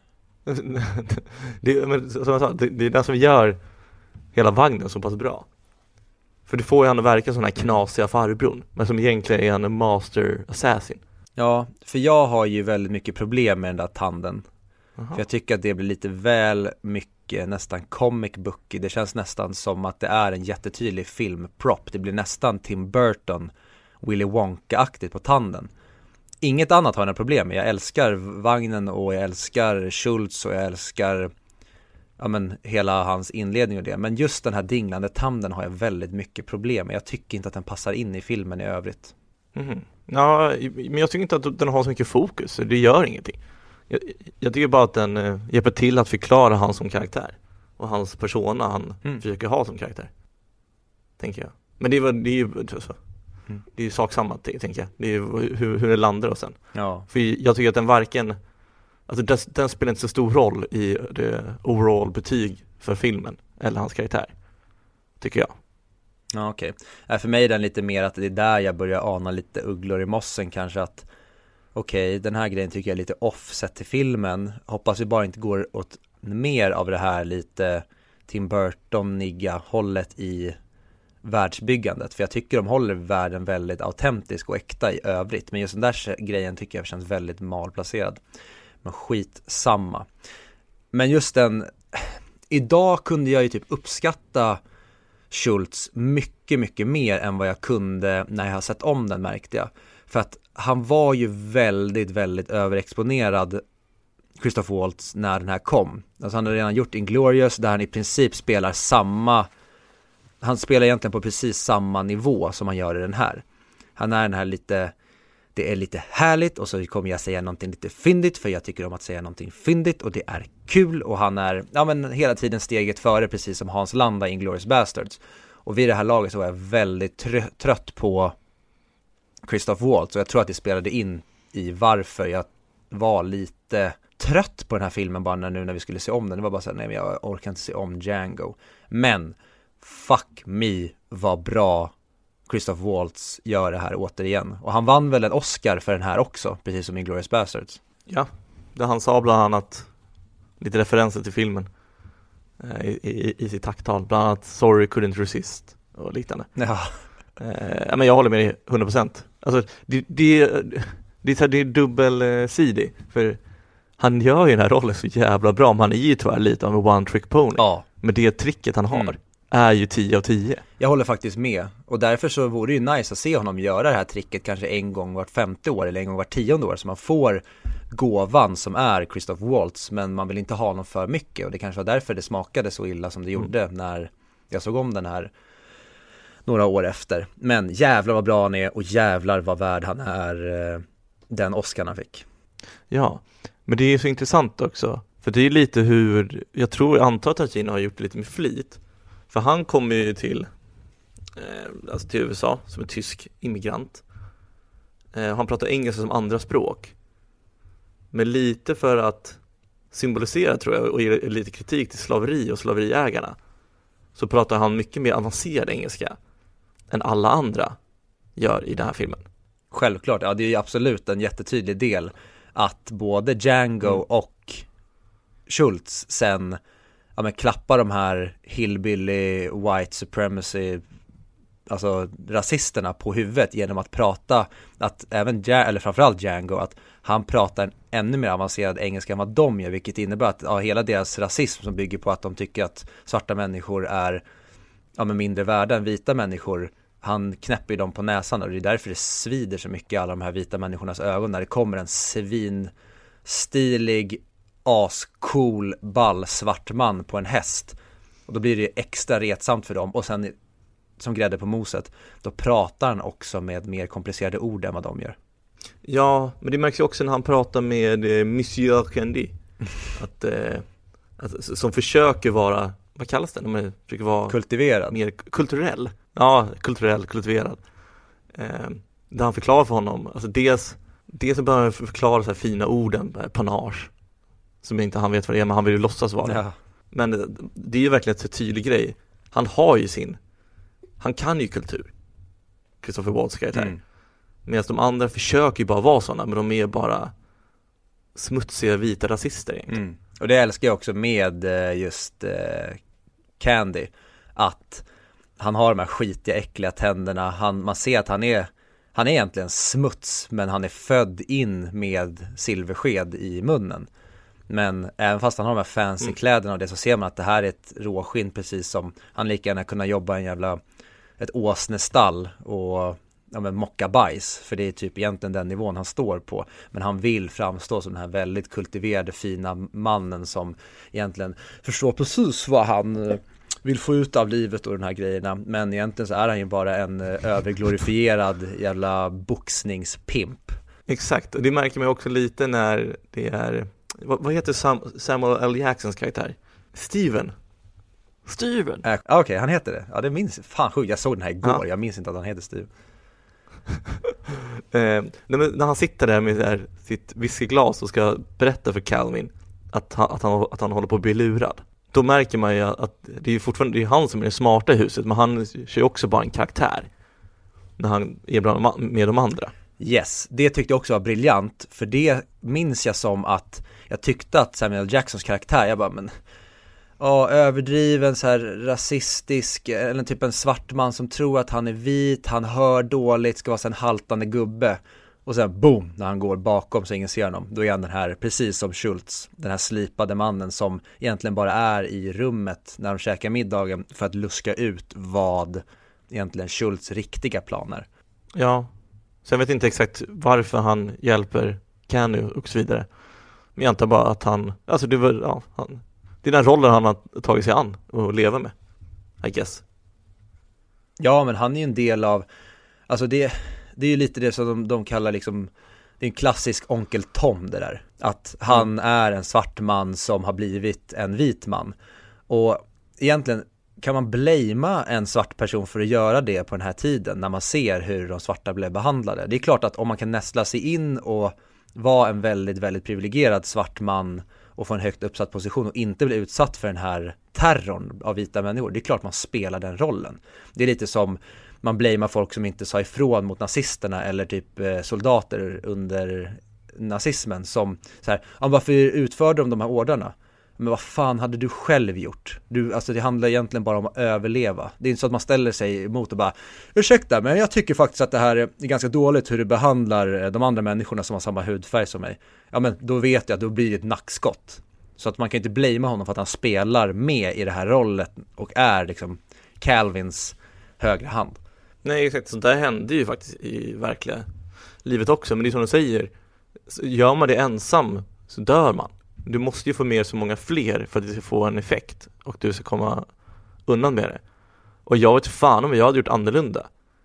A: Som jag sa, det är det som gör hela vagnen så pass bra. För det får ju han att verka som den här knasiga farbrorn, men som egentligen är en master assassin.
B: Ja, för jag har ju väldigt mycket problem med den där tanden. För jag tycker att det blir lite väl mycket nästan comic booky. Det känns nästan som att det är en jättetydlig filmprop. Det blir nästan Tim Burton, Willy Wonka-aktigt på tanden. Inget annat har jag problem med. Jag älskar vagnen och jag älskar Schultz och jag älskar hela hans inledning och det. Men just den här dinglande tanden har jag väldigt mycket problem med. Jag tycker inte att den passar in i filmen i övrigt.
A: Ja, men jag tycker inte att den har så mycket fokus. Det gör ingenting. Jag tycker bara att den hjälper till att förklara han som karaktär. Och hans persona han försöker ha som karaktär. Tänker jag. Men det är ju sak samma, tänker jag. Det är ju hur det landar och sen.
B: Ja.
A: För jag tycker att den varken... Alltså den spelar inte så stor roll i det overall betyg för filmen. Eller hans karaktär. Tycker jag.
B: Ja, okej. För mig är den lite mer att det är där jag börjar ana lite ugglor i mossen kanske, att okej, den här grejen tycker jag är lite off sett till filmen. Hoppas vi bara inte går åt mer av det här lite Tim Burton-niga hållet i världsbyggandet. För jag tycker de håller världen väldigt autentisk och äkta i övrigt. Men just den där grejen tycker jag känns väldigt malplacerad. Men skitsamma. Men just den... Idag kunde jag ju typ uppskatta Schultz mycket, mycket mer än vad jag kunde när jag har sett om den, märkte jag. För att han var ju väldigt, väldigt överexponerad, Christoph Waltz, när den här kom. Alltså han hade redan gjort Inglourious, där han i princip spelar han spelar egentligen på precis samma nivå som han gör i den här. Han är den här lite, det är lite härligt och så kommer jag säga någonting lite fyndigt, för jag tycker om att säga någonting fyndigt och det är kul, och han är men hela tiden steget före, precis som Hans Landa i Inglourious Basterds. Och vid det här laget så var jag väldigt trött på Christoph Waltz, och jag tror att det spelade in i varför jag var lite trött på den här filmen bara när vi skulle se om den. Det var bara så här, nej men jag orkar inte se om Django. Men fuck me vad bra Christoph Waltz gör det här återigen. Och han vann väl en Oscar för den här också, precis som Inglourious Basterds.
A: Ja, där han sa bland annat lite referenser till filmen i sitt tacktal. Bland annat Sorry Couldn't Resist och liknande.
B: Ja.
A: Men jag håller med dig 100%. Alltså, det är dubbelsidig. För han gör ju den här rollen så jävla bra. Men han är ju tyvärr lite av en one-trick pony.
B: Ja.
A: Men det tricket han har är ju 10 av 10.
B: Jag håller faktiskt med. Och därför så vore det ju nice att se honom göra det här tricket kanske en gång vart 50 år eller en gång vart 10:e år. Så man får gåvan som är Christoph Waltz, men man vill inte ha honom för mycket. Och det kanske var därför det smakade så illa som det gjorde när jag såg om den här några år efter. Men jävlar vad bra han är, och jävlar vad värd han är den Oscar han fick.
A: Ja, men det är så intressant också. För det är lite hur, jag antar att Tarantino har gjort det lite med flit. För han kommer ju till USA som en tysk immigrant. Han pratar engelska som andra språk. Men lite för att symbolisera, tror jag, och ge lite kritik till slaveri och slaveriägarna, så pratar han mycket mer avancerad engelska än alla andra gör i den här filmen.
B: Självklart, ja, det är ju absolut en jättetydlig del att både Django och Schultz sen klappar de här hillbilly white supremacy, alltså rasisterna, på huvudet genom att prata, att även eller framförallt Django, att han pratar en ännu mer avancerad engelska än vad de gör, vilket innebär att hela deras rasism som bygger på att de tycker att svarta människor är mindre värda än vita människor, han knäpper ju dem på näsan, och det är därför det svider så mycket i alla de här vita människornas ögon när det kommer en svinstilig, ascool, ball svart man på en häst. Och då blir det extra retsamt för dem. Och sen, som grädde på moset, då pratar han också med mer komplicerade ord än vad de gör.
A: Ja, men det märks ju också när han pratar med Monsieur Candy att som försöker vara, vad kallas det? De försöker vara
B: kultiverad.
A: Mer kulturell. Ja, kultiverad. Där han förklarar för honom, alltså dels så börjar han förklara så här fina orden, panage, som inte han vet vad det är, men han vill ju låtsas vara.
B: Ja.
A: Men det är ju verkligen en tydlig grej. Han har ju han kan ju kultur, Christopher Waltz karaktär. Medan de andra försöker ju bara vara sådana, men de är bara smutsiga vita rasister egentligen.
B: Och det älskar jag också med just Candy, att han har de här skitiga, äckliga tänderna. Man ser att han är egentligen smuts, men han är född in med silversked i munnen. Men även fast han har de här fancy kläderna och det, så ser man att det här är ett råskinn, precis som han lika gärna kunna jobba i ett åsnestall och mocka bajs, för det är typ egentligen den nivån han står på. Men han vill framstå som den här väldigt kultiverade, fina mannen som egentligen förstår precis vad han vill få ut av livet och de här grejerna. Men egentligen så är han ju bara en överglorifierad jävla boxningspimp.
A: Exakt, och det märker man också lite när det är, vad heter Samuel L. Jacksons karaktär? Steven.
B: Okej, han heter det. Ja, det minns fan sjukt. Jag såg den här igår. Ja. Jag minns inte att han heter Steve.
A: När han sitter där med sitt whiskyglas och ska berätta för Calvin att han håller på att bli lurad, då märker man ju att det är fortfarande han som är den smarta i huset, men han kör också bara en karaktär när han är med de andra.
B: Yes, det tyckte jag också var briljant, för det minns jag som att jag tyckte att Samuel Jacksons karaktär, jag bara, men ja, överdriven så här rasistisk, eller typ en svart man som tror att han är vit, han hör dåligt, ska vara så en haltande gubbe, och sen boom, när han går bakom så ingen ser honom, då är han den här, precis som Schultz, den här slipade mannen som egentligen bara är i rummet när de käkar middagen för att luska ut vad egentligen Schultz riktiga planer.
A: Ja, så jag vet inte exakt varför han hjälper Candy och så vidare. Men jag antar bara att han, alltså det var, ja, det är den rollen han har tagit sig an och lever med, I guess.
B: Ja, men han är ju en del av, alltså det är ju lite det som de kallar liksom, det är en klassisk onkel Tom det där. Att han är en svart man som har blivit en vit man. Och egentligen kan man blamea en svart person för att göra det på den här tiden när man ser hur de svarta blev behandlade. Det är klart att om man kan nästla sig in och vara en väldigt, väldigt privilegierad svart man och få en högt uppsatt position och inte bli utsatt för den här terrorn av vita människor, det är klart man spelar den rollen. Det är lite som man blamear folk som inte sa ifrån mot nazisterna eller typ soldater under nazismen som så här, varför utförde de här ordrarna? Men vad fan hade du själv gjort? Alltså det handlar egentligen bara om att överleva. Det är inte så att man ställer sig emot och bara, ursäkta, men jag tycker faktiskt att det här är ganska dåligt hur du behandlar de andra människorna som har samma hudfärg som mig. Ja, men då vet jag att då blir det ett nackskott. Så att man kan inte blamea honom för att han spelar med i det här rollet och är liksom Calvins högra hand.
A: Nej, exakt. Sånt där händer ju faktiskt i verkliga livet också. Men det är som du säger, gör man det ensam så dör man. Du måste ju få med så många fler för att det ska få en effekt och du ska komma undan med det. Och jag vet fan om jag hade gjort annorlunda.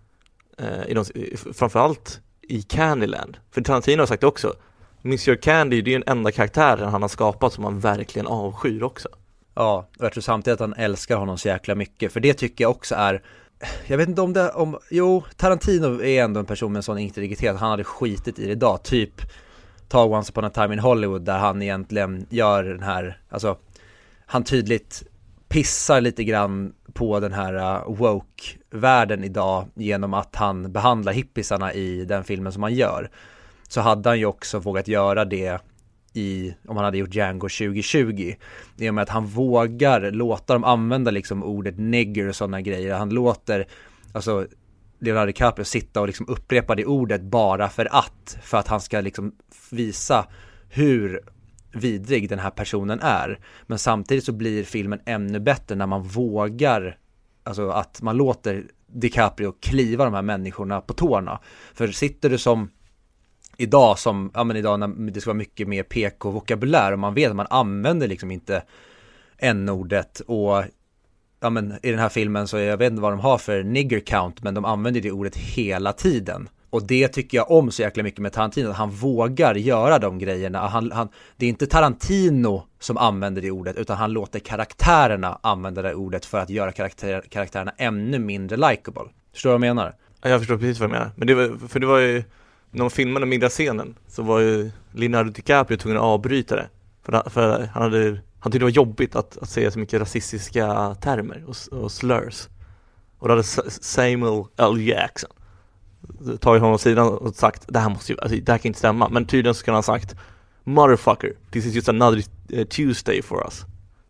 A: Framförallt i Candyland. För Tarantino har sagt också, Monsieur Candy, det är den enda karaktären han har skapat som man verkligen avskyr också.
B: Ja, och jag tror samtidigt att han älskar honom så jäkla mycket. För det tycker jag också är, jag vet inte om det, Tarantino är ändå en person med en sån integritet. Han hade skitit i det idag, typ ta Once upon a time in Hollywood där han egentligen gör den här, alltså han tydligt pissar lite grann på den här woke-världen idag genom att han behandlar hippisarna i den filmen som han gör. Så hade han ju också vågat göra det om han hade gjort Django 2020, i och med att han vågar låta dem använda liksom ordet nigger och sådana grejer. Han låter alltså Leonardo DiCaprio sitta och liksom upprepa det ordet bara för att han ska liksom visa hur vidrig den här personen är. Men samtidigt så blir filmen ännu bättre när man vågar, alltså att man låter DiCaprio kliva de här människorna på tårna. För sitter du som idag när det ska vara mycket mer PK-vokabulär och man vet att man använder liksom inte n-ordet, och i den här filmen så jag vet inte vad de har för nigger count, men de använder det ordet hela tiden. Och det tycker jag om så jäkla mycket med Tarantino, att han vågar göra de grejerna. Det är inte Tarantino som använder det ordet, utan han låter karaktärerna använda det ordet för att göra karaktärerna ännu mindre likable. Förstår du vad jag menar?
A: Ja, jag förstår precis vad jag menar. Men det var ju, när de filmade middagsscenen så var ju Leonardo DiCaprio tvungen att avbryta det. För han tyckte det var jobbigt att säga så mycket rasistiska termer och slurs. Och då hade Samuel L. Jackson tagit honom åt sidan och sagt, det här kan inte stämma. Men tydligen så kan han ha sagt, motherfucker, this is just another Tuesday for us.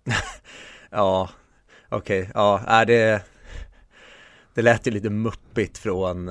B: Ja, okej. Ja, det lät ju lite muppigt från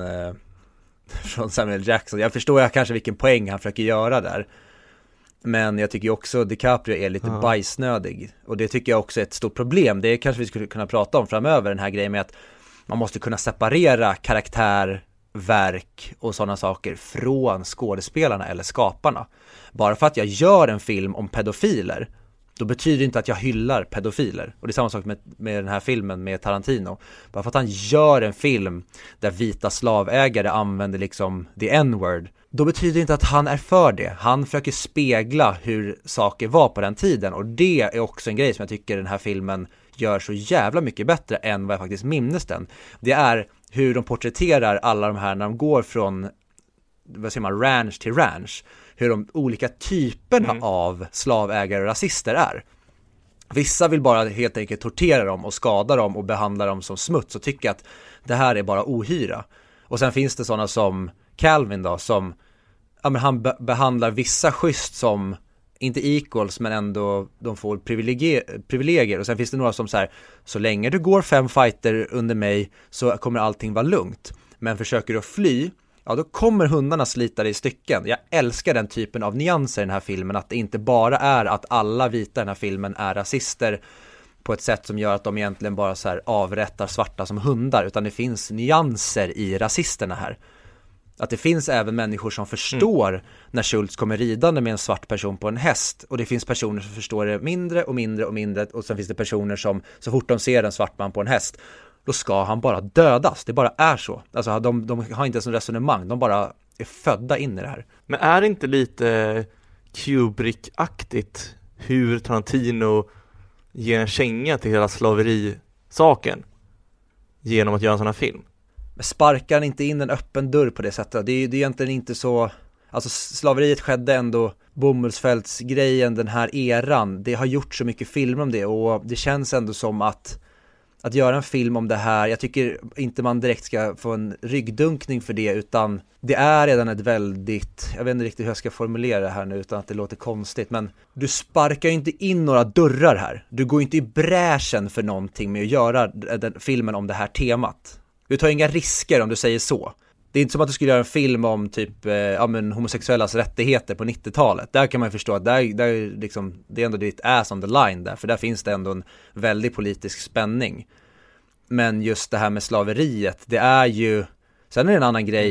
B: Samuel Jackson. Jag förstår kanske vilken poäng han försöker göra där. Men jag tycker också DiCaprio är lite bajsnödig. Och det tycker jag också är ett stort problem. Det kanske vi skulle kunna prata om framöver, den här grejen med att man måste kunna separera karaktär, verk och sådana saker från skådespelarna eller skaparna. Bara för att jag gör en film om pedofiler, då betyder det inte att jag hyllar pedofiler. Och det är samma sak med den här filmen med Tarantino. Bara för att han gör en film där vita slavägare använder liksom the n-word, då betyder det inte att han är för det. Han försöker spegla hur saker var på den tiden. Och det är också en grej som jag tycker den här filmen gör så jävla mycket bättre än vad jag faktiskt minns den. Det är hur de porträtterar alla de här när de går från, vad säger man, ranch till ranch. Hur de olika typerna av slavägare och rasister är. Vissa vill bara helt enkelt tortera dem och skada dem och behandla dem som smuts och tycka att det här är bara ohyra. Och sen finns det sådana som Calvin då, som han behandlar vissa schysst som inte equals, men ändå de får privilegier. Och sen finns det några som så länge du går 5 fighter under mig så kommer allting vara lugnt. Men försöker du fly, ja då kommer hundarna slita dig i stycken. Jag älskar den typen av nyanser i den här filmen, att det inte bara är att alla vita i den här filmen är rasister på ett sätt som gör att de egentligen bara avrättar svarta som hundar, utan det finns nyanser i rasisterna här. Att det finns även människor som förstår när Schultz kommer ridande med en svart person på en häst, och det finns personer som förstår det mindre och mindre och mindre, och sen finns det personer som så fort de ser en svart man på en häst, då ska han bara dödas. Det bara är så. Alltså de har inte ens en resonemang, de bara är födda in i det här.
A: Men är det inte lite Kubrick-aktigt hur Tarantino ger en känga till hela slaverisaken genom att göra en sån här film?
B: Men sparkar han inte in en öppen dörr på det sättet? Det är egentligen inte så... Alltså slaveriet skedde ändå, Bomullsfältsgrejen, den här eran. Det har gjort så mycket filmer om det, och det känns ändå som att göra en film om det här, jag tycker inte man direkt ska få en ryggdunkning för det, utan det är redan ett väldigt, jag vet inte riktigt hur jag ska formulera det här nu utan att det låter konstigt, men du sparkar ju inte in några dörrar här. Du går inte i bräschen för någonting med att göra den filmen om det här temat. Du tar inga risker om du säger så. Det är inte som att du skulle göra en film om typ homosexuellas rättigheter på 90-talet. Där kan man förstå att där liksom, det är ändå ditt ass on the line där. För där finns det ändå en väldigt politisk spänning. Men just det här med slaveriet, det är ju... Sen är det en annan grej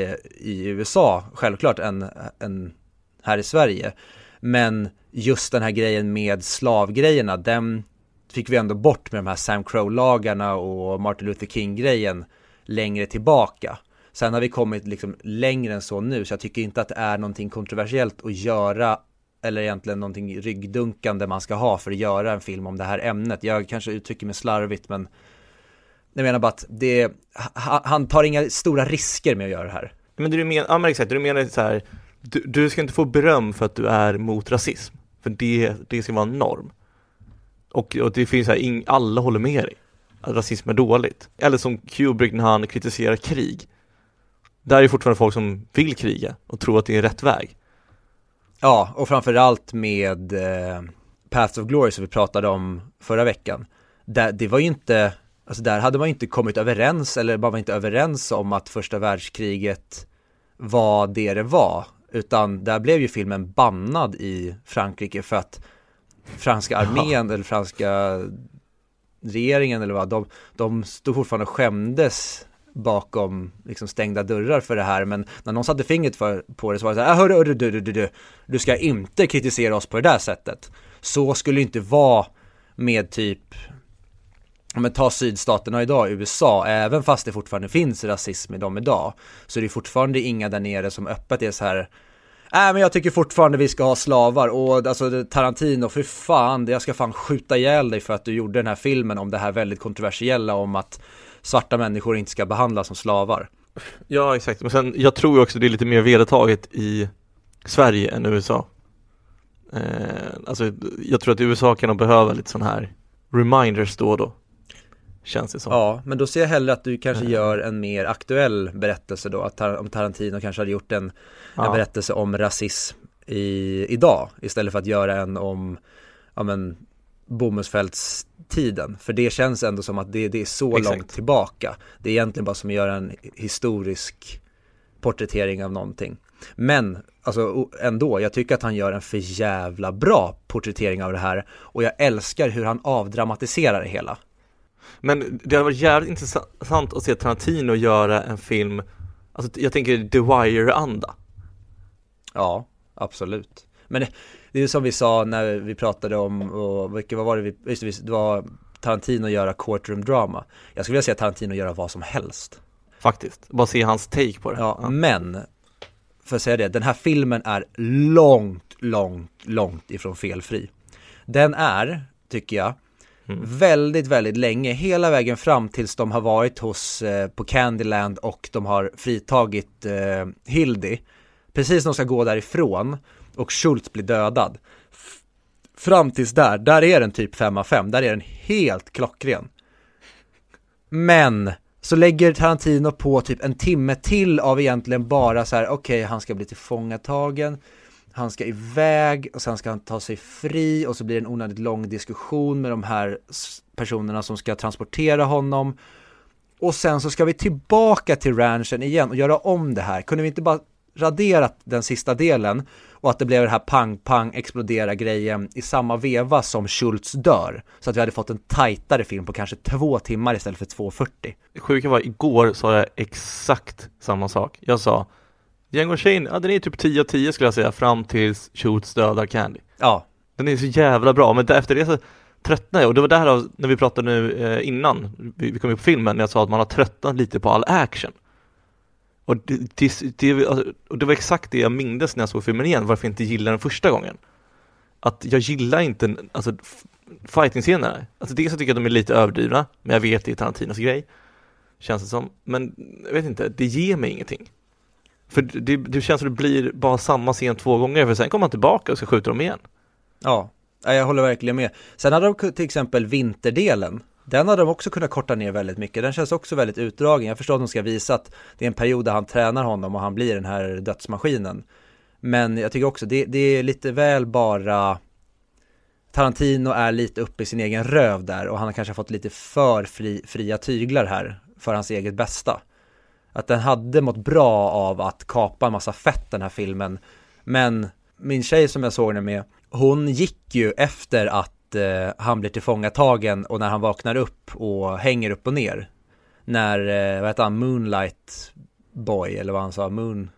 B: i USA, självklart, än här i Sverige. Men just den här grejen med slavgrejerna, den fick vi ändå bort med de här Sam Crow-lagarna och Martin Luther King-grejen längre tillbaka. Sen har vi kommit liksom längre än så nu, så jag tycker inte att det är någonting kontroversiellt att göra, eller egentligen någonting ryggdunkande man ska ha för att göra en film om det här ämnet. Jag kanske uttrycker mig slarvigt, men jag menar bara att han tar inga stora risker med att göra det här. Men
A: du menar, exakt, du menar så här, du ska inte få beröm för att du är mot rasism, för det ska vara en norm. Och det finns här, alla håller med dig att rasism är dåligt. Eller som Kubrick när han kritiserar krig. Där är det fortfarande folk som vill kriga och tror att det är rätt väg.
B: Ja, och framförallt med Paths of Glory som vi pratade om förra veckan. Det var ju inte, alltså där hade man inte kommit överens, eller bara var inte överens om att första världskriget var det var. Utan där blev ju filmen bannad i Frankrike för att franska armén eller franska regeringen eller vad, de stod fortfarande och skämdes bakom liksom stängda dörrar för det här, men när någon satte fingret på det så var det så här: hörru, du ska inte kritisera oss på det där sättet. Så skulle det inte vara med typ, men ta sydstaterna idag, USA, även fast det fortfarande finns rasism i dem idag, så är det fortfarande inga där nere som öppet är så här: men jag tycker fortfarande vi ska ha slavar. Och alltså Tarantino, för fan, jag ska fan skjuta ihjäl dig för att du gjorde den här filmen om det här väldigt kontroversiella om att svarta människor inte ska behandlas som slavar.
A: Ja, exakt. Men sen, jag tror också det är lite mer vedertaget i Sverige än USA. Alltså, jag tror att USA kan nog behöva lite sån här reminders då och då. Känns det som.
B: Ja, men då ser jag hellre att du kanske gör en mer aktuell berättelse då. Att om Tarantino kanske hade gjort en berättelse om rasism idag. Istället för att göra en om Bomullsfältstiden. För det känns ändå som att det är så långt tillbaka. Det är egentligen bara som att göra en historisk porträttering av någonting. Men alltså ändå, jag tycker att han gör en för jävla bra porträttering av det här. Och jag älskar hur han avdramatiserar det hela.
A: Men det har varit jävligt intressant att se Tarantino göra en film, alltså jag tänker The Wire-anda.
B: Ja, absolut. Men det är som vi sa när vi pratade om, vad var det det var Tarantino göra courtroom drama. Jag skulle vilja se Tarantino göra vad som helst.
A: Faktiskt, bara se hans take på det.
B: Ja. Men, för att säga det, den här filmen är långt ifrån felfri. Den är, tycker jag, väldigt, väldigt länge, hela vägen fram tills de har varit på Candyland och de har fritagit Hildy. Precis när de ska gå därifrån och Schultz blir dödad. Fram tills där är den typ 5/5. Där är den helt klockren. Men så lägger Tarantino på typ en timme till av egentligen bara så här: okej, han ska bli tillfångatagen, han ska iväg och sen ska han ta sig fri och så blir det en onödigt lång diskussion med de här personerna som ska transportera honom. Och sen så ska vi tillbaka till ranchen igen och göra om det här. Kunde vi inte bara radera den sista delen och att det blev det här pang-pang explodera grejen i samma veva som Schultz dör, så att vi hade fått en tajtare film på kanske 2 timmar istället för 2:40.
A: Sjuka var, igår sa jag exakt samma sak. Jag sa Django Shane, ja, den är typ 10 av 10 skulle jag säga, fram tills Schultz dödar Candy.
B: Ja.
A: Den är så jävla bra, men efter det så tröttnade jag. Och det var där när vi pratade nu innan vi kom upp på filmen, när jag sa att man har tröttnat lite på all action. Och det var exakt det jag mindes när jag såg filmen igen, varför jag inte gillade den första gången. Att jag gillar inte fighting-scenerna. Alltså det så tycker jag att de är lite överdrivna, men jag vet det är Tarantinos grej, känns det som. Men jag vet inte, det ger mig ingenting. För det känns som det blir bara samma scen 2 gånger, för sen kommer man tillbaka och ska skjuta dem igen.
B: Ja, jag håller verkligen med. Sen hade de till exempel vinterdelen. Den hade de också kunnat korta ner väldigt mycket. Den känns också väldigt utdragen. Jag förstår att de ska visa att det är en period där han tränar honom och han blir den här dödsmaskinen. Men jag tycker också det är lite väl bara... Tarantino är lite uppe i sin egen röv där och han har kanske fått lite för fria tyglar här för hans eget bästa. Att den hade mått bra av att kapa en massa fett den här filmen. Men min tjej som jag såg den med, hon gick ju efter att han blir tillfångatagen och när han vaknar upp och hänger upp och ner. När, vad heter han, Moonlight Boy eller vad han sa,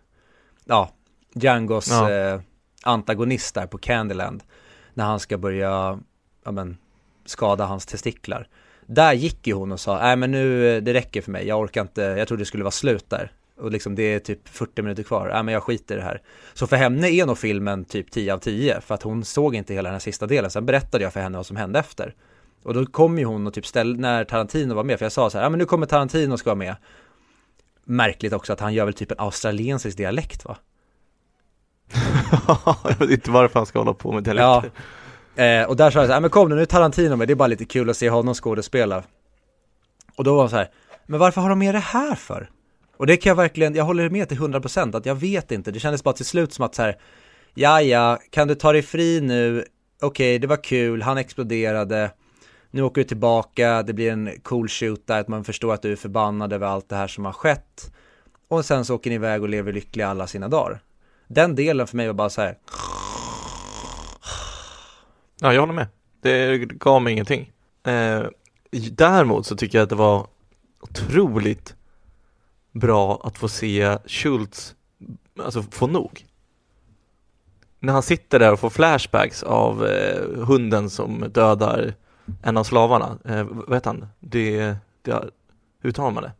B: Djangos antagonist där på Candyland. När han ska börja skada hans testiklar. Där gick ju hon och sa, nej men nu, det räcker för mig, jag orkar inte, jag trodde det skulle vara slut där. Och liksom det är typ 40 minuter kvar, nej men jag skiter i det här. Så för henne är nog filmen typ 10 av 10, för att hon såg inte hela den här sista delen. Sen berättade jag för henne vad som hände efter. Och då kom ju hon och typ när Tarantino var med, för jag sa så här, ja men nu kommer Tarantino ska vara med. Märkligt också att han gör väl typ en australiensisk dialekt, va?
A: Jag vet inte varför han ska hålla på med dialekter.
B: Ja. Och där sa jag så här, men kom nu är Tarantino med, det är bara lite kul att se honom skådespela. Och då var han så här, men varför har de med det här för? Och det kan jag verkligen, jag håller med till 100% att jag vet inte. Det kändes bara till slut som att så här, ja, kan du ta dig fri nu? Okej, det var kul, han exploderade. Nu åker du tillbaka, det blir en cool shoot där, att man förstår att du är förbannad över allt det här som har skett. Och sen så åker ni iväg och lever lyckliga alla sina dagar. Den delen för mig var bara så här.
A: Ja, jag håller med. Det gav mig ingenting. Däremot så tycker jag att det var otroligt bra att få se Schultz få nog. När han sitter där och får flashbacks av hunden som dödar en av slavarna. Vad heter han? Hur tar man det?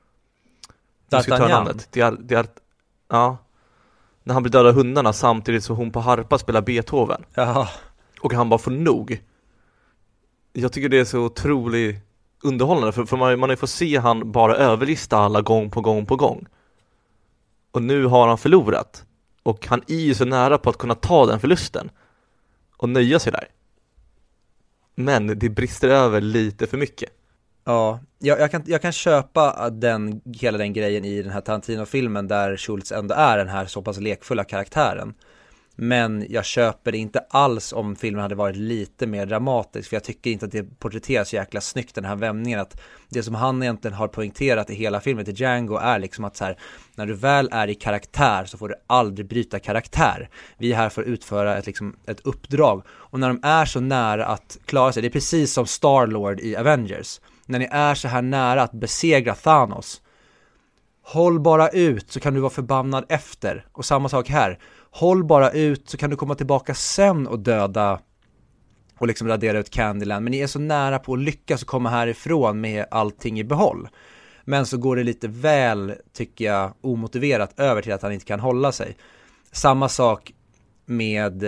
B: D'Artagnan.
A: Ja. När han blir dödad av hundarna samtidigt som hon på harpa spelar Beethoven.
B: Jaha.
A: Och han bara får nog. Jag tycker det är så otroligt underhållande. För man har ju fått se han bara överlista alla gång på gång. Och nu har han förlorat. Och han är ju så nära på att kunna ta den förlusten. Och nöja sig där. Men det brister över lite för mycket.
B: Ja, jag kan köpa hela den grejen i den här Tarantino-filmen där Schultz ändå är den här så pass lekfulla karaktären. Men jag köper det inte alls om filmen hade varit lite mer dramatisk, för jag tycker inte att det porträtteras så jäkla snyggt, den här vändningen, att det som han egentligen har poängterat i hela filmen till Django är liksom att så här, när du väl är i karaktär så får du aldrig bryta karaktär. Vi är här för att utföra ett uppdrag, och när de är så nära att klara sig, det är precis som Star-Lord i Avengers, när ni är så här nära att besegra Thanos, håll bara ut så kan du vara förbannad efter. Och samma sak här, håll bara ut så kan du komma tillbaka sen och döda och liksom radera ut Candyland. Men ni är så nära på att lyckas och komma härifrån med allting i behåll. Men så går det lite väl, tycker jag, omotiverat över till att han inte kan hålla sig. Samma sak med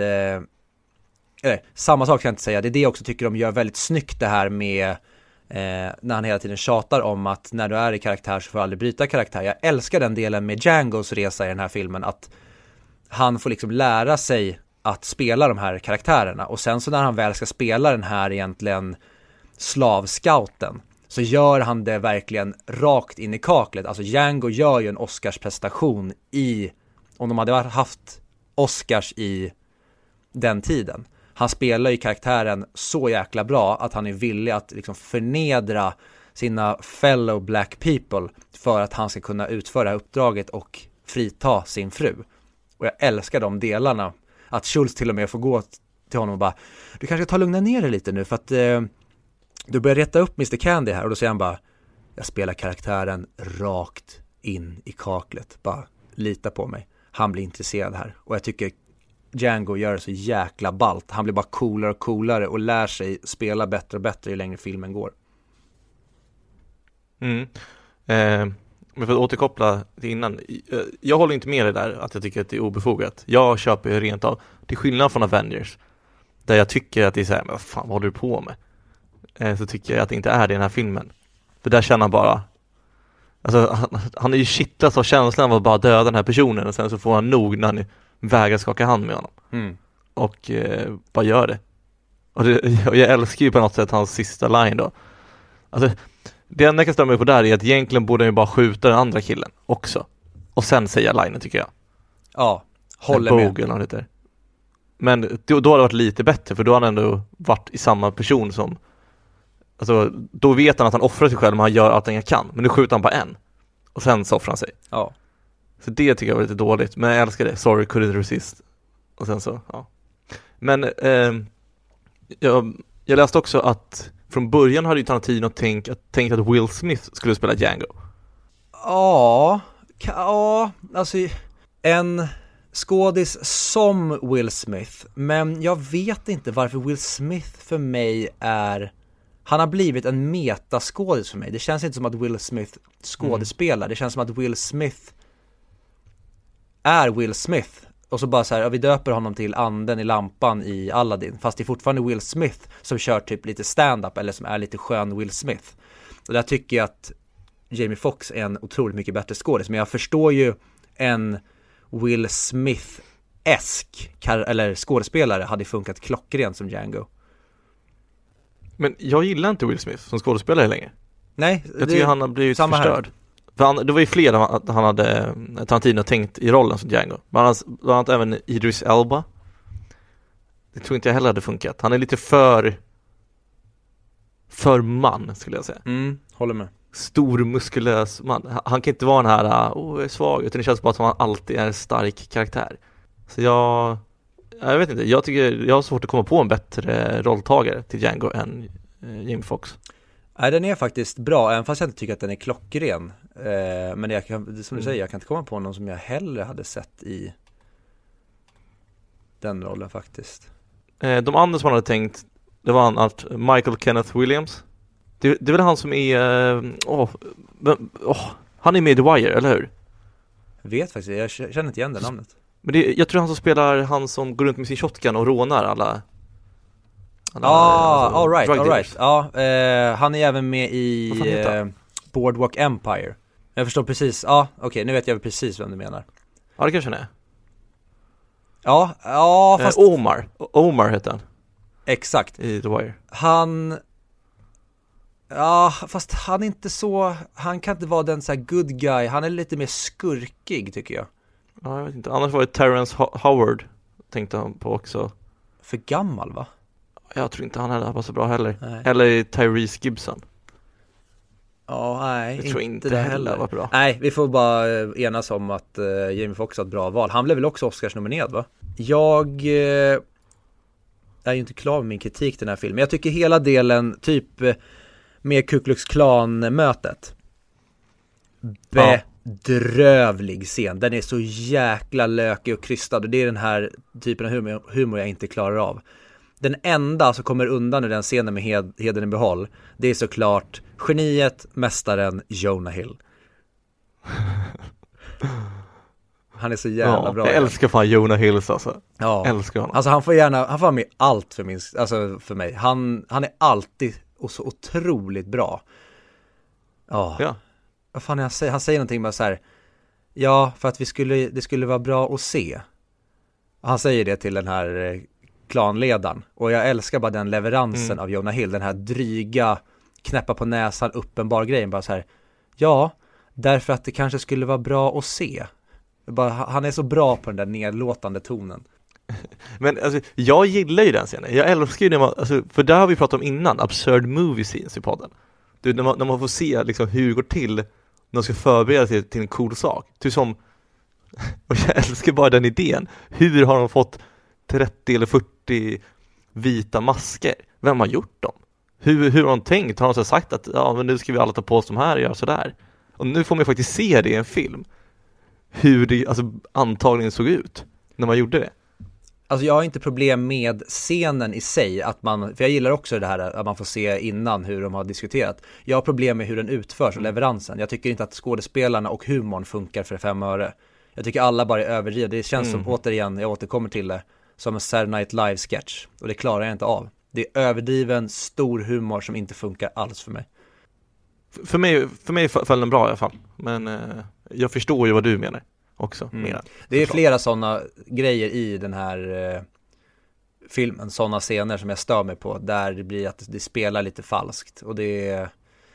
B: samma sak kan jag inte säga. Det är det jag också tycker de gör väldigt snyggt, det här med när han hela tiden tjatar om att när du är i karaktär så får du aldrig bryta karaktär. Jag älskar den delen med Djangos resa i den här filmen, att han får liksom lära sig att spela de här karaktärerna, och sen så när han väl ska spela den här egentligen slavscouten, så gör han det verkligen rakt in i kaklet. Alltså Django gör ju en Oscarsprestation om de hade haft Oscars i den tiden. Han spelar ju karaktären så jäkla bra att han är villig att liksom förnedra sina fellow black people för att han ska kunna utföra uppdraget och frita sin fru. Och jag älskar de delarna. Att Schultz till och med får gå till honom och bara, du kanske ska ta lugna ner dig lite nu för att du börjar rätta upp Mr. Candy här. Och då säger han bara, jag spelar karaktären rakt in i kaklet. Bara lita på mig. Han blir intresserad här. Och jag tycker Django gör det så jäkla ballt. Han blir bara coolare och coolare och lär sig spela bättre och bättre ju längre filmen går.
A: Men för att återkoppla till innan, jag håller inte med dig där att jag tycker att det är obefogat. Jag köper ju rent av, till skillnad från Avengers, där jag tycker att det är så här, men vad fan, vad håller du på med? Så tycker jag att det inte är det i den här filmen. För där känner han bara, alltså han är ju kittlad av känslan av att bara döda den här personen, och sen så får han nog när han vägrar skaka hand med honom. Och bara gör det. Och jag älskar ju på något sätt hans sista line då. Alltså det enda jag kan ställa mig på där är att egentligen borde han ju bara skjuta den andra killen också. Och sen säga linen, tycker jag.
B: Ja, håller med.
A: Eller något där. Men då hade det varit lite bättre, för då har han ändå varit i samma person som, alltså då vet han att han offrar sig själv, men han gör allt han kan. Men nu skjuter han bara en. Och sen så offrar han sig.
B: Ja.
A: Så det tycker jag var lite dåligt. Men jag älskar det. Sorry, couldn't resist. Och sen så, ja. Men jag läste också att från början hade ju Tarantino tänkt att Will Smith skulle spela Django.
B: Ja, alltså en skådis som Will Smith. Men jag vet inte varför Will Smith för mig han har blivit en metaskådis för mig. Det känns inte som att Will Smith skådespelar. Det känns som att Will Smith är Will Smith. Och så bara så här, vi döper honom till anden i lampan i Aladdin. Fast det är fortfarande Will Smith som kör typ lite stand-up, eller som är lite skön Will Smith. Och där tycker jag att Jamie Foxx är en otroligt mycket bättre skådis. Men jag förstår ju en Will Smith-esk eller skådespelare hade funkat klockrent som Django. Men
A: jag gillar inte Will Smith som skådespelare längre.
B: Nej,
A: jag tycker han har blivit förstörd. För det var ju fler att han hade Tarantino tänkt i rollen som Django. Bland annat även Idris Elba. Det tror inte jag heller hade funkat. Han är lite för man, skulle jag säga.
B: Håller med.
A: Stor, muskulös man. Han kan inte vara den här jag är svag, utan det känns bara som att han alltid är en stark karaktär. Så jag vet inte. Jag tycker jag har svårt att komma på en bättre rolltagare till Django än Jamie Foxx.
B: Nej, den är faktiskt bra, även fast jag inte tycker att den är klockren. Men som du säger, jag kan inte komma på någon som jag hellre hade sett i den rollen faktiskt.
A: De andra som man hade tänkt, det var att Michael Kenneth Williams. Det är väl han som är han är med i The Wire, eller hur?
B: Jag vet faktiskt, jag känner inte igen det namnet.
A: Men jag tror han som spelar, han som går runt med sin shotgun och rånar alla
B: all right. Ja, han är även med i Boardwalk Empire. Jag förstår precis. Ja, okej, nu vet jag precis vem du menar.
A: Ja, det kanske han är.
B: Ja, fast
A: Omar heter han.
B: Exakt.
A: I The Wire.
B: Fast han är inte så, han kan inte vara den så här good guy. Han är lite mer skurkig, tycker jag.
A: Ja, jag vet inte. Annars var det Terrence Howard, tänkte han på också.
B: För gammal, va?
A: Jag tror inte han heller var så bra heller.
B: Nej.
A: Eller Tyrese Gibson.
B: Ja, nej,
A: jag tror inte det heller var bra.
B: Nej, vi får bara enas om att Jamie Foxx har ett bra val. Han blev väl också Oscars-nominerad, va? Jag är ju inte klar med min kritik till den här filmen. Jag tycker hela delen, typ med Ku Klux Klan-mötet, bedrövlig scen. Den är så jäkla lökig och krystad, och det är den här typen av humor jag inte klarar av. Den enda som kommer undan ur den scenen med heden i behåll, det är såklart geniet, mästaren Jonah Hill. Han är så jävla bra.
A: Jag älskar fan Jonah Hill, alltså.
B: Ja.
A: Älskar honom.
B: Alltså han får vara med allt för mig. Han är alltid och så otroligt bra. Ja. Vad fan är han säger? Han säger någonting bara så här: ja, för att det skulle vara bra att se. Han säger det till den här klanledaren. Och jag älskar bara den leveransen av Jonah Hill. Den här dryga knäppa på näsan uppenbar grejen, bara så här, ja, därför att det kanske skulle vara bra att se. Bara, han är så bra på den där nedlåtande tonen.
A: Men alltså, jag gillar ju den scenen. Jag älskar ju när man, alltså, för där har vi pratat om innan, absurd movie scenes i podden. Du, när man får se liksom hur det går till när de ska förbereda sig till en cool sak. Typ som, och jag älskar bara den idén. Hur har de fått 30 eller 40 vita masker? Vem har gjort dem? Hur har de tänkt? Har de så sagt att ja, men nu ska vi alla ta på oss de här och göra sådär? Och nu får man faktiskt se det i en film. Hur det alltså, antagligen såg ut när man gjorde det.
B: Alltså jag har inte problem med scenen i sig, att man, för jag gillar också det här att man får se innan hur de har diskuterat. Jag har problem med hur den utförs och leveransen. Jag tycker inte att skådespelarna och humorn funkar för 5 öre. Jag tycker alla bara är överdrivna. Det känns som, återigen, jag återkommer till det, som en Saturday Night Live-sketch. Och det klarar jag inte av. Det är överdriven, stor humor som inte funkar alls för mig.
A: För mig föll den bra i alla fall. Men jag förstår ju vad du menar också.
B: Det är flera sådana grejer i den här filmen, sådana scener som jag stör mig på, där det blir att det spelar lite falskt. Och det är...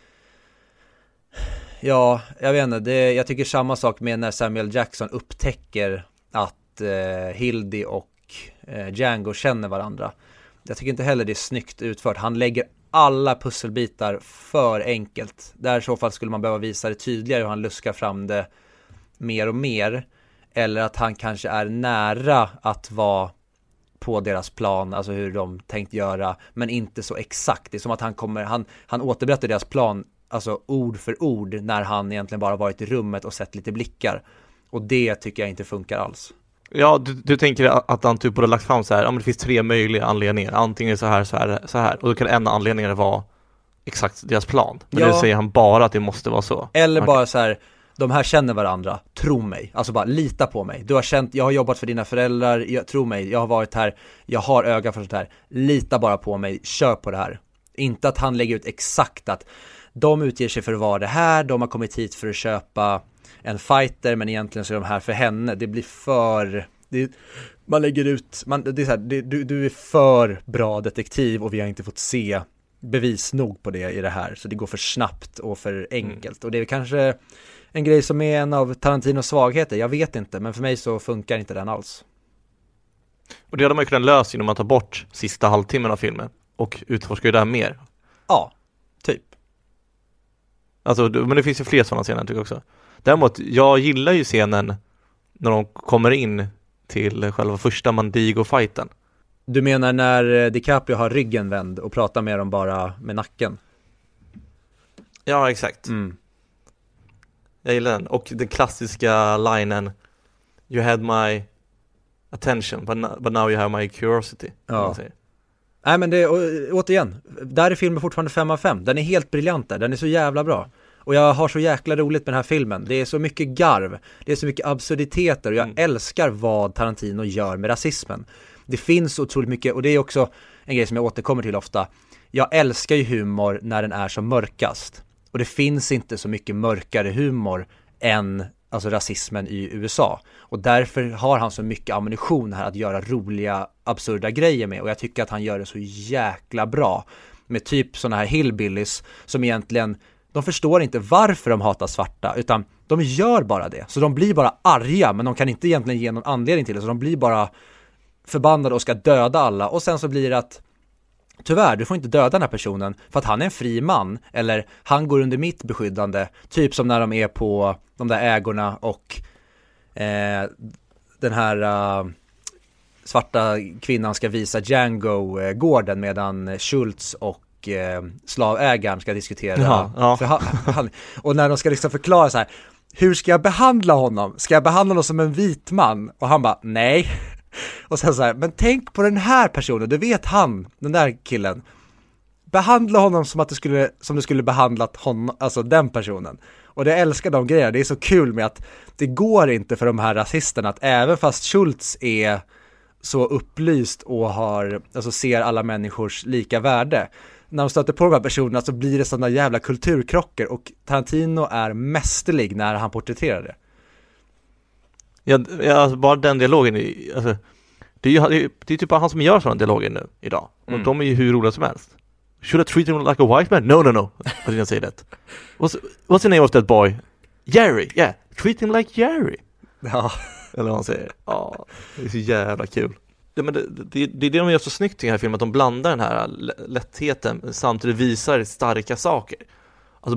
B: Ja, jag vet inte. Jag tycker samma sak med när Samuel Jackson upptäcker att Hildy och Django känner varandra. Jag tycker inte heller det är snyggt utfört. Han lägger alla pusselbitar för enkelt. Där i så fall skulle man behöva visa det tydligare hur han luskar fram det mer och mer. Eller att han kanske är nära att vara på deras plan, alltså hur de tänkt göra, men inte så exakt. Det är som att han återberättar deras plan, alltså ord för ord, när han egentligen bara varit i rummet och sett lite blickar. Och det tycker jag inte funkar alls.
A: Ja, du tänker att han typ borde lagt fram så här, ja men det finns 3 möjliga anledningar. Antingen så här. Och då kan en anledning vara exakt deras plan. Men nu säger han bara att det måste vara så.
B: Eller bara så här, de här känner varandra, tro mig. Alltså bara lita på mig. Jag har jobbat för dina föräldrar, tro mig, jag har varit här, jag har öga för sånt här. Lita bara på mig, kör på det här. Inte att han lägger ut exakt att de utger sig för att vara det här, de har kommit hit för att köpa en fighter, men egentligen så är de här för henne. Det blir för... man lägger ut... det är så här, du är för bra detektiv och vi har inte fått se bevis nog på det i det här. Så det går för snabbt och för enkelt. Och det är kanske en grej som är en av Tarantinos svagheter. Jag vet inte, men för mig så funkar inte den alls.
A: Och det hade man ju kunnat lösa genom att ta bort sista halvtimmen av filmen och utforska ju där mer.
B: Ja, typ.
A: Alltså, men det finns ju fler sådana scener tycker jag också. Däremot, jag gillar ju scenen när de kommer in till själva första Mandigo-fighten.
B: Du menar när DiCaprio har ryggen vänd och pratar med dem bara med nacken?
A: Ja, exakt. Jag gillar den. Och den klassiska linen You had my attention, but now you have my curiosity.
B: Ja. Nej, men det, återigen, där är filmen fortfarande 5 av 5. Den är helt briljant där, den är så jävla bra. Och jag har så jäkla roligt med den här filmen. Det är så mycket garv, det är så mycket absurditeter. Och jag älskar vad Tarantino gör med rasismen. Det finns otroligt mycket, och det är också en grej som jag återkommer till ofta. Jag älskar ju humor när den är som mörkast. Och det finns inte så mycket mörkare humor än alltså rasismen i USA. Och därför har han så mycket ammunition här att göra roliga, absurda grejer med. Och jag tycker att han gör det så jäkla bra. Med typ såna här hillbillies som egentligen, de förstår inte varför de hatar svarta, utan de gör bara det. Så de blir bara arga, men de kan inte egentligen ge någon anledning till det. Så de blir bara förbannade och ska döda alla. Och sen så blir det att tyvärr, du får inte döda den här personen för att han är en fri man, eller han går under mitt beskyddande. Typ som när de är på de där ägorna och den här svarta kvinnan ska visa Django-gården medan Schultz och slavägaren ska diskutera.
A: Ja.
B: Och när de ska liksom förklara så här, hur ska jag behandla honom? Ska jag behandla honom som en vit man? Och han bara, nej. Och sen så här, men tänk på den här personen, du vet han, den där killen. Behandla honom som du skulle behandlat honom, alltså den personen. Och det älskar de grejerna. Det är så kul med att det går inte för de här rasisterna att även fast Schultz är så upplyst och alltså ser alla människors lika värde, när de stöter på de här personerna så blir det sådana jävla kulturkrockar, och Tarantino är mästerlig när han porträtterar det.
A: Ja, alltså bara den dialogen alltså, det är typ bara han som gör sådana dialoger nu idag. Och de är ju hur roliga som helst. Should I treat him like a white man? No. I didn't say that. What's the name of that boy? Jerry, yeah. Treat him like Jerry.
B: Ja.
A: Eller vad han säger. Ja, det är så jävla kul. Ja, men det är det de gör så snyggt i den här filmen, att de blandar den här lättheten samtidigt visar starka saker. Alltså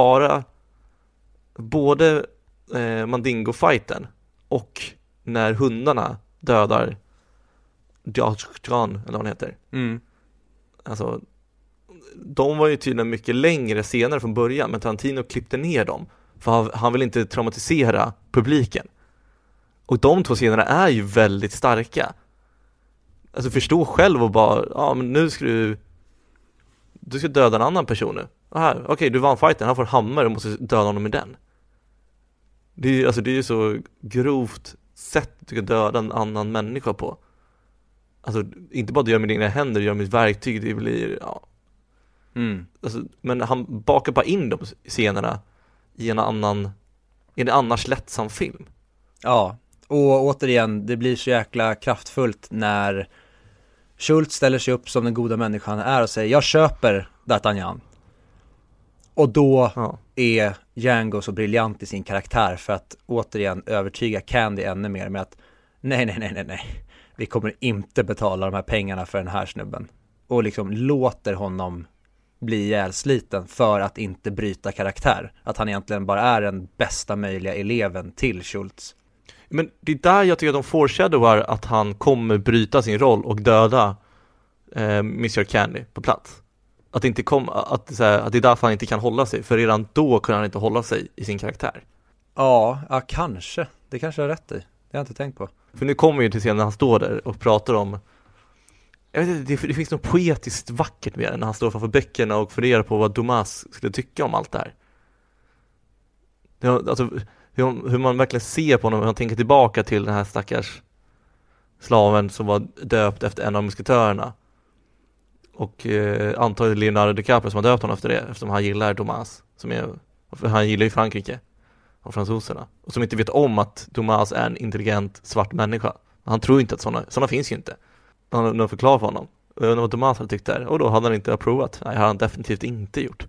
A: både Mandingo-fighten och när hundarna dödar John, eller vad han heter. Alltså, de var ju tydligen mycket längre senare från början, men Tarantino klippte ner dem för han vill inte traumatisera publiken. Och de två scenerna är ju väldigt starka. Alltså förstå själv och bara, men nu ska du ska döda en annan person nu. Okej, du vann fighten, han får hammare och måste döda honom med den. Det är ju så grovt sätt du ska döda en annan människa på. Alltså inte bara att du gör med dina händer, du gör med ett verktyg, det blir, Alltså, men han bakar bara in de scenerna i en annars lättsam film.
B: Ja, och återigen, det blir så jäkla kraftfullt när Schultz ställer sig upp som den goda människan är och säger, jag köper D'Artagnan. Och då är Django så briljant i sin karaktär för att återigen övertyga Candy ännu mer med att nej. Vi kommer inte betala de här pengarna för den här snubben. Och liksom låter honom bli ihjälsliten för att inte bryta karaktär. Att han egentligen bara är den bästa möjliga eleven till Schultz.
A: Men det är där jag tycker att de foreshadowar att han kommer bryta sin roll och döda Mr. Candy på plats. Att det är därför han inte kan hålla sig. För redan då kunde han inte hålla sig i sin karaktär.
B: Ja, kanske. Det kanske är rätt i. Det har jag inte tänkt på.
A: För nu kommer ju till scenen när han står där och pratar om, jag vet inte, det finns något poetiskt vackert med det när han står framför böckerna och funderar på vad Dumas skulle tycka om allt det här. Alltså, hur man verkligen ser på honom, hur han tänker tillbaka till den här stackars slaven som var döpt efter en av musketörerna. Och antagligen Leonardo DiCaprio som har döpt honom efter det, eftersom han gillar Dumas, han gillar ju Frankrike och fransoserna, och som inte vet om att Dumas är en intelligent svart människa. Han tror inte att sådana finns ju inte. Han förklarar för honom. Och jag undrar vad Dumas hade tyckt där. Och då hade han inte approvat. Nej, har han definitivt inte gjort.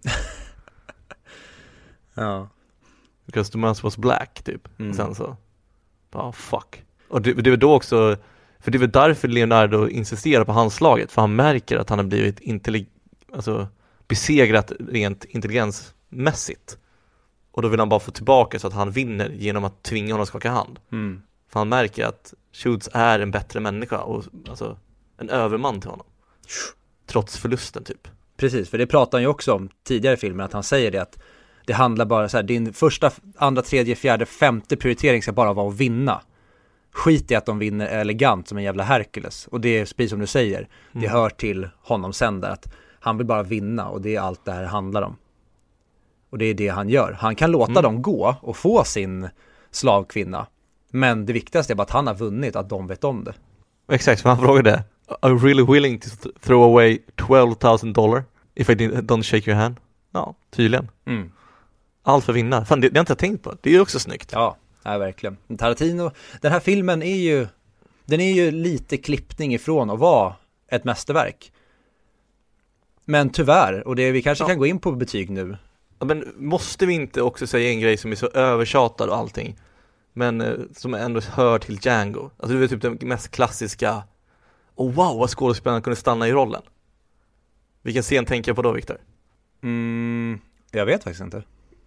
B: Ja.
A: Because Dumas was black, typ. Sen så, fuck. Och det var då också, för det var därför Leonardo insisterar på handslaget. För han märker att han har blivit besegrat rent intelligensmässigt. Och då vill han bara få tillbaka så att han vinner genom att tvinga honom att skaka hand. För han märker att Schultz är en bättre människa och alltså en överman till honom. Trots förlusten typ.
B: Precis, för det pratar han ju också om tidigare i filmen, att han säger det att det handlar bara så här, din första, andra, tredje, fjärde, femte prioritering ska bara vara att vinna. Skit i att de vinner elegant som en jävla Hercules. Och det är precis som du säger, det hör till honom sen där, att han vill bara vinna och det är allt det här handlar om. Och det är det han gör. Han kan låta dem gå och få sin slavkvinna. Men det viktigaste är bara att han har vunnit, att de vet om det.
A: Exakt, för han frågade, are you really willing to throw away $12,000 if I don't shake your hand? Ja, tydligen. Allt för vinna. Fan, det har inte jag tänkt på. Det är ju också snyggt.
B: Ja, verkligen. Tarantino, den här filmen är ju lite klippning ifrån att vara ett mästerverk. Men tyvärr, och vi kanske kan gå in på betyg nu.
A: Ja, men måste vi inte också säga en grej som är så övertjatad och allting, men som ändå hör till Django? Alltså det är typ den mest klassiska, wow, vad skådespelaren kunde stanna i rollen. Vilken scen tänker jag på då, Victor?
B: Jag vet faktiskt inte.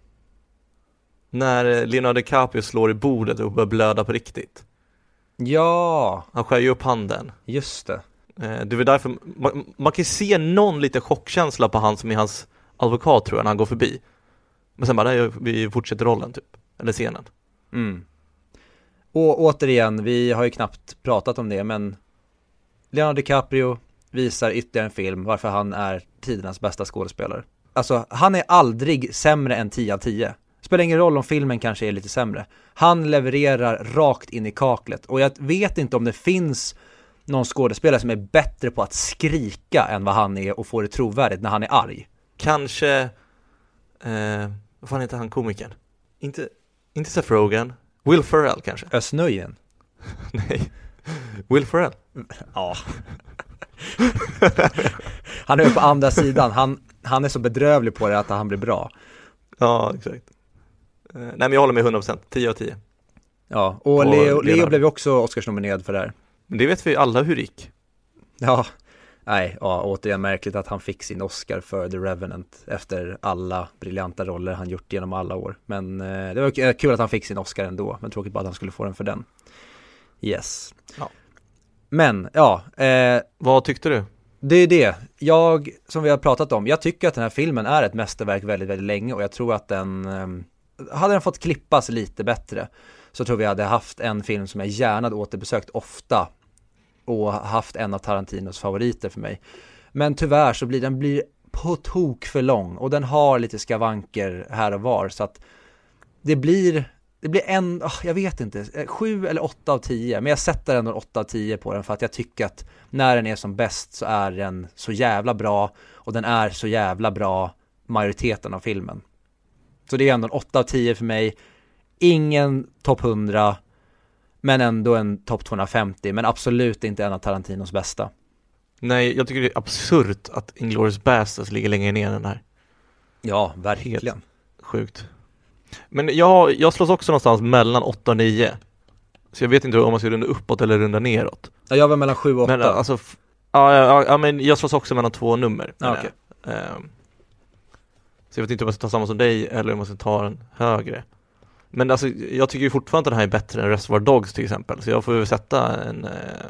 A: När Leonardo DiCaprio slår i bordet och börjar blöda på riktigt.
B: Ja.
A: Han skär ju upp handen.
B: Just det.
A: Det är därför man kan se någon lite chockkänsla på han som är hans advokat, tror jag, när han går förbi. Men sen bara, vi fortsätter rollen typ. Eller scenen.
B: Och återigen, vi har ju knappt pratat om det, men Leonardo DiCaprio visar ytterligare en film varför han är tidernas bästa skådespelare. Alltså, han är aldrig sämre än 10 av 10. Spelar ingen roll om filmen kanske är lite sämre. Han levererar rakt in i kaklet. Och jag vet inte om det finns någon skådespelare som är bättre på att skrika än vad han är och få det trovärdigt när han är arg.
A: Kanske vad fan heter han, komikern? Inte Seth Rogen. Will Ferrell kanske.
B: Ösnöjen.
A: Nej. Will Ferrell.
B: Ja. Han är på andra sidan. Han är så bedrövlig på det att han blir bra.
A: Ja, exakt. Nej, men jag håller med 100%. 10 av 10.
B: Ja, och Leo blev ju också Oscars-nominerad för det här.
A: Men det vet vi alla hur det gick.
B: Ja, nej, ja, återigen märkligt att han fick sin Oscar för The Revenant efter alla briljanta roller han gjort genom alla år. Men det var kul att han fick sin Oscar ändå, men tråkigt bara att han skulle få den för den. Yes.
A: Ja.
B: Men, ja.
A: Vad tyckte du?
B: Det är det. Som vi har pratat om, jag tycker att den här filmen är ett mästerverk väldigt, väldigt länge och jag tror att hade den fått klippas lite bättre så tror vi hade haft en film som jag gärna hade återbesökt ofta och haft en av Tarantinos favoriter för mig. Men tyvärr så blir den på tok för lång och den har lite skavanker här och var så att det blir jag vet inte, 7 eller 8 av 10, men jag sätter ändå 8 av 10 på den för att jag tycker att när den är som bäst så är den så jävla bra och den är så jävla bra majoriteten av filmen. Så det är ändå en 8 av 10 för mig. Ingen topp 100, men ändå en topp 250, men absolut inte en av Tarantinos bästa.
A: Nej, jag tycker det är absurt att Inglourious Basterds ligger längre ner än den här.
B: Ja, verkligen.
A: Helt sjukt. Men jag slås också någonstans mellan 8 och 9. Så jag vet inte om man ska runda uppåt eller runda neråt.
B: Ja, jag var mellan 7 och 8.
A: Men alltså, ja, men jag slås också mellan 2 nummer.
B: Okay.
A: Så jag vet inte om jag ska ta samma som dig eller om jag ska ta en högre. Men alltså, jag tycker ju fortfarande att den här är bättre än Reservoir Dogs till exempel. Så jag får ju sätta en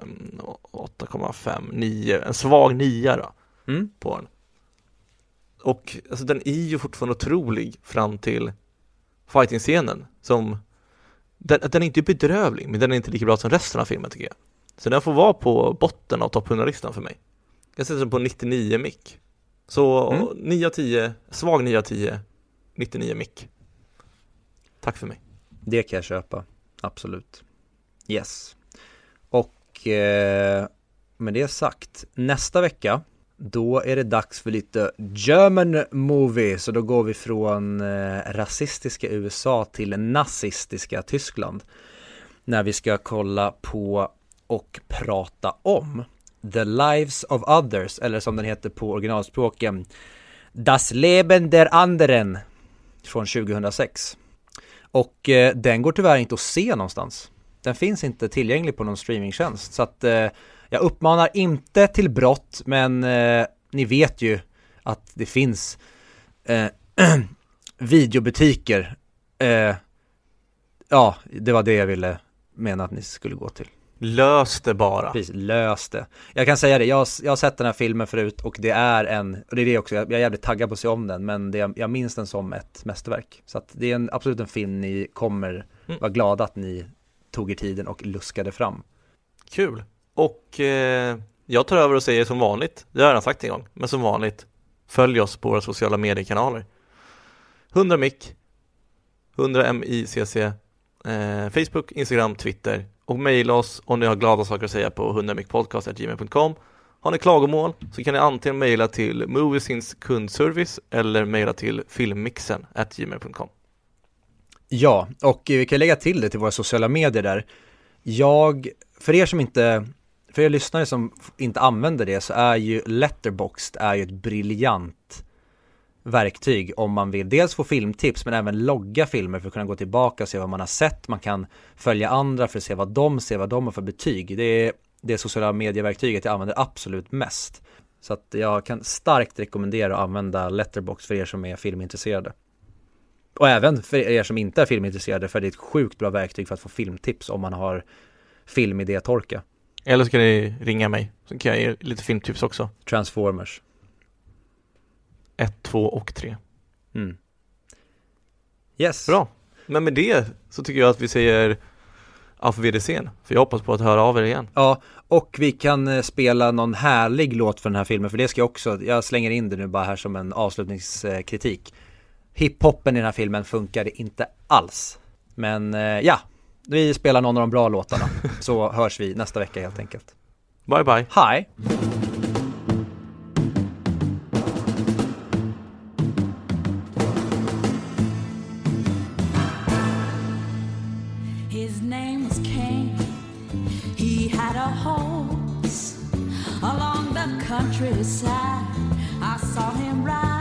A: 8,5, 9, en svag 9 då, på den. Och alltså, den är ju fortfarande otrolig fram till fighting-scenen. Den är inte bedrövlig, men den är inte lika bra som resten av filmen tycker jag. Så den får vara på botten av topp 100-listan för mig. Jag sätter den på 99 mick. Så 9 av 10, svag 9 av 10, 99 mick. Tack för mig.
B: Det kan jag köpa, absolut. Yes. Och med det sagt, nästa vecka då är det dags för lite German movie. Så då går vi från rasistiska USA till nazistiska Tyskland. När vi ska kolla på och prata om The Lives of Others, eller som den heter på originalspråken, Das Leben der Anderen från 2006. Och den går tyvärr inte att se någonstans. Den finns inte tillgänglig på någon streamingtjänst. Så att jag uppmanar inte till brott, men ni vet ju att det finns videobutiker. Ja, det var det jag ville mena att ni skulle gå till.
A: Lös det bara.
B: Precis, lös det. Jag kan säga det, jag har sett den här filmen förut och det är och det är det också, jag är jävligt taggad på att se om den, men jag minns den som ett mästerverk. Så att det är absolut en film ni kommer vara glada att ni tog er tiden och luskade fram.
A: Kul. Och jag tar över och säger som vanligt, det har jag redan sagt en gång, men som vanligt, följ oss på våra sociala mediekanaler. 100 mic, 100 MICC, Facebook, Instagram, Twitter. Och mejla oss om ni har glada saker att säga på 100micpodcast@gmail.com. Har ni klagomål så kan ni antingen mejla till Moviesins kundservice eller mejla till filmmixen@gmail.com.
B: Ja, och vi kan lägga till det till våra sociala medier där. För er lyssnare som inte använder det, så är ju Letterboxd ett briljant verktyg om man vill dels få filmtips men även logga filmer för att kunna gå tillbaka och se vad man har sett. Man kan följa andra för att se vad de har för betyg. Det är det sociala medieverktyget jag använder absolut mest. Så att jag kan starkt rekommendera att använda Letterboxd för er som är filmintresserade. Och även för er som inte är filmintresserade, för det är ett sjukt bra verktyg för att få filmtips om man har filmidétorka.
A: Eller så kan ni ringa mig, så kan jag ge lite filmtips också.
B: Transformers
A: 1, 2 och 3.
B: Yes.
A: Bra. Men med det så tycker jag att vi säger auf Wiedersehen. För jag hoppas på att höra av er igen.
B: Ja, och vi kan spela någon härlig låt för den här filmen. För det ska jag slänger in det nu bara här som en avslutningskritik. Hiphoppen i den här filmen funkade inte alls. Men ja, vi spelar någon av de bra låtarna. Så hörs vi nästa vecka helt enkelt.
A: Bye bye.
B: Hej.
D: His name was Cain. He had a horse along the countryside. I saw him ride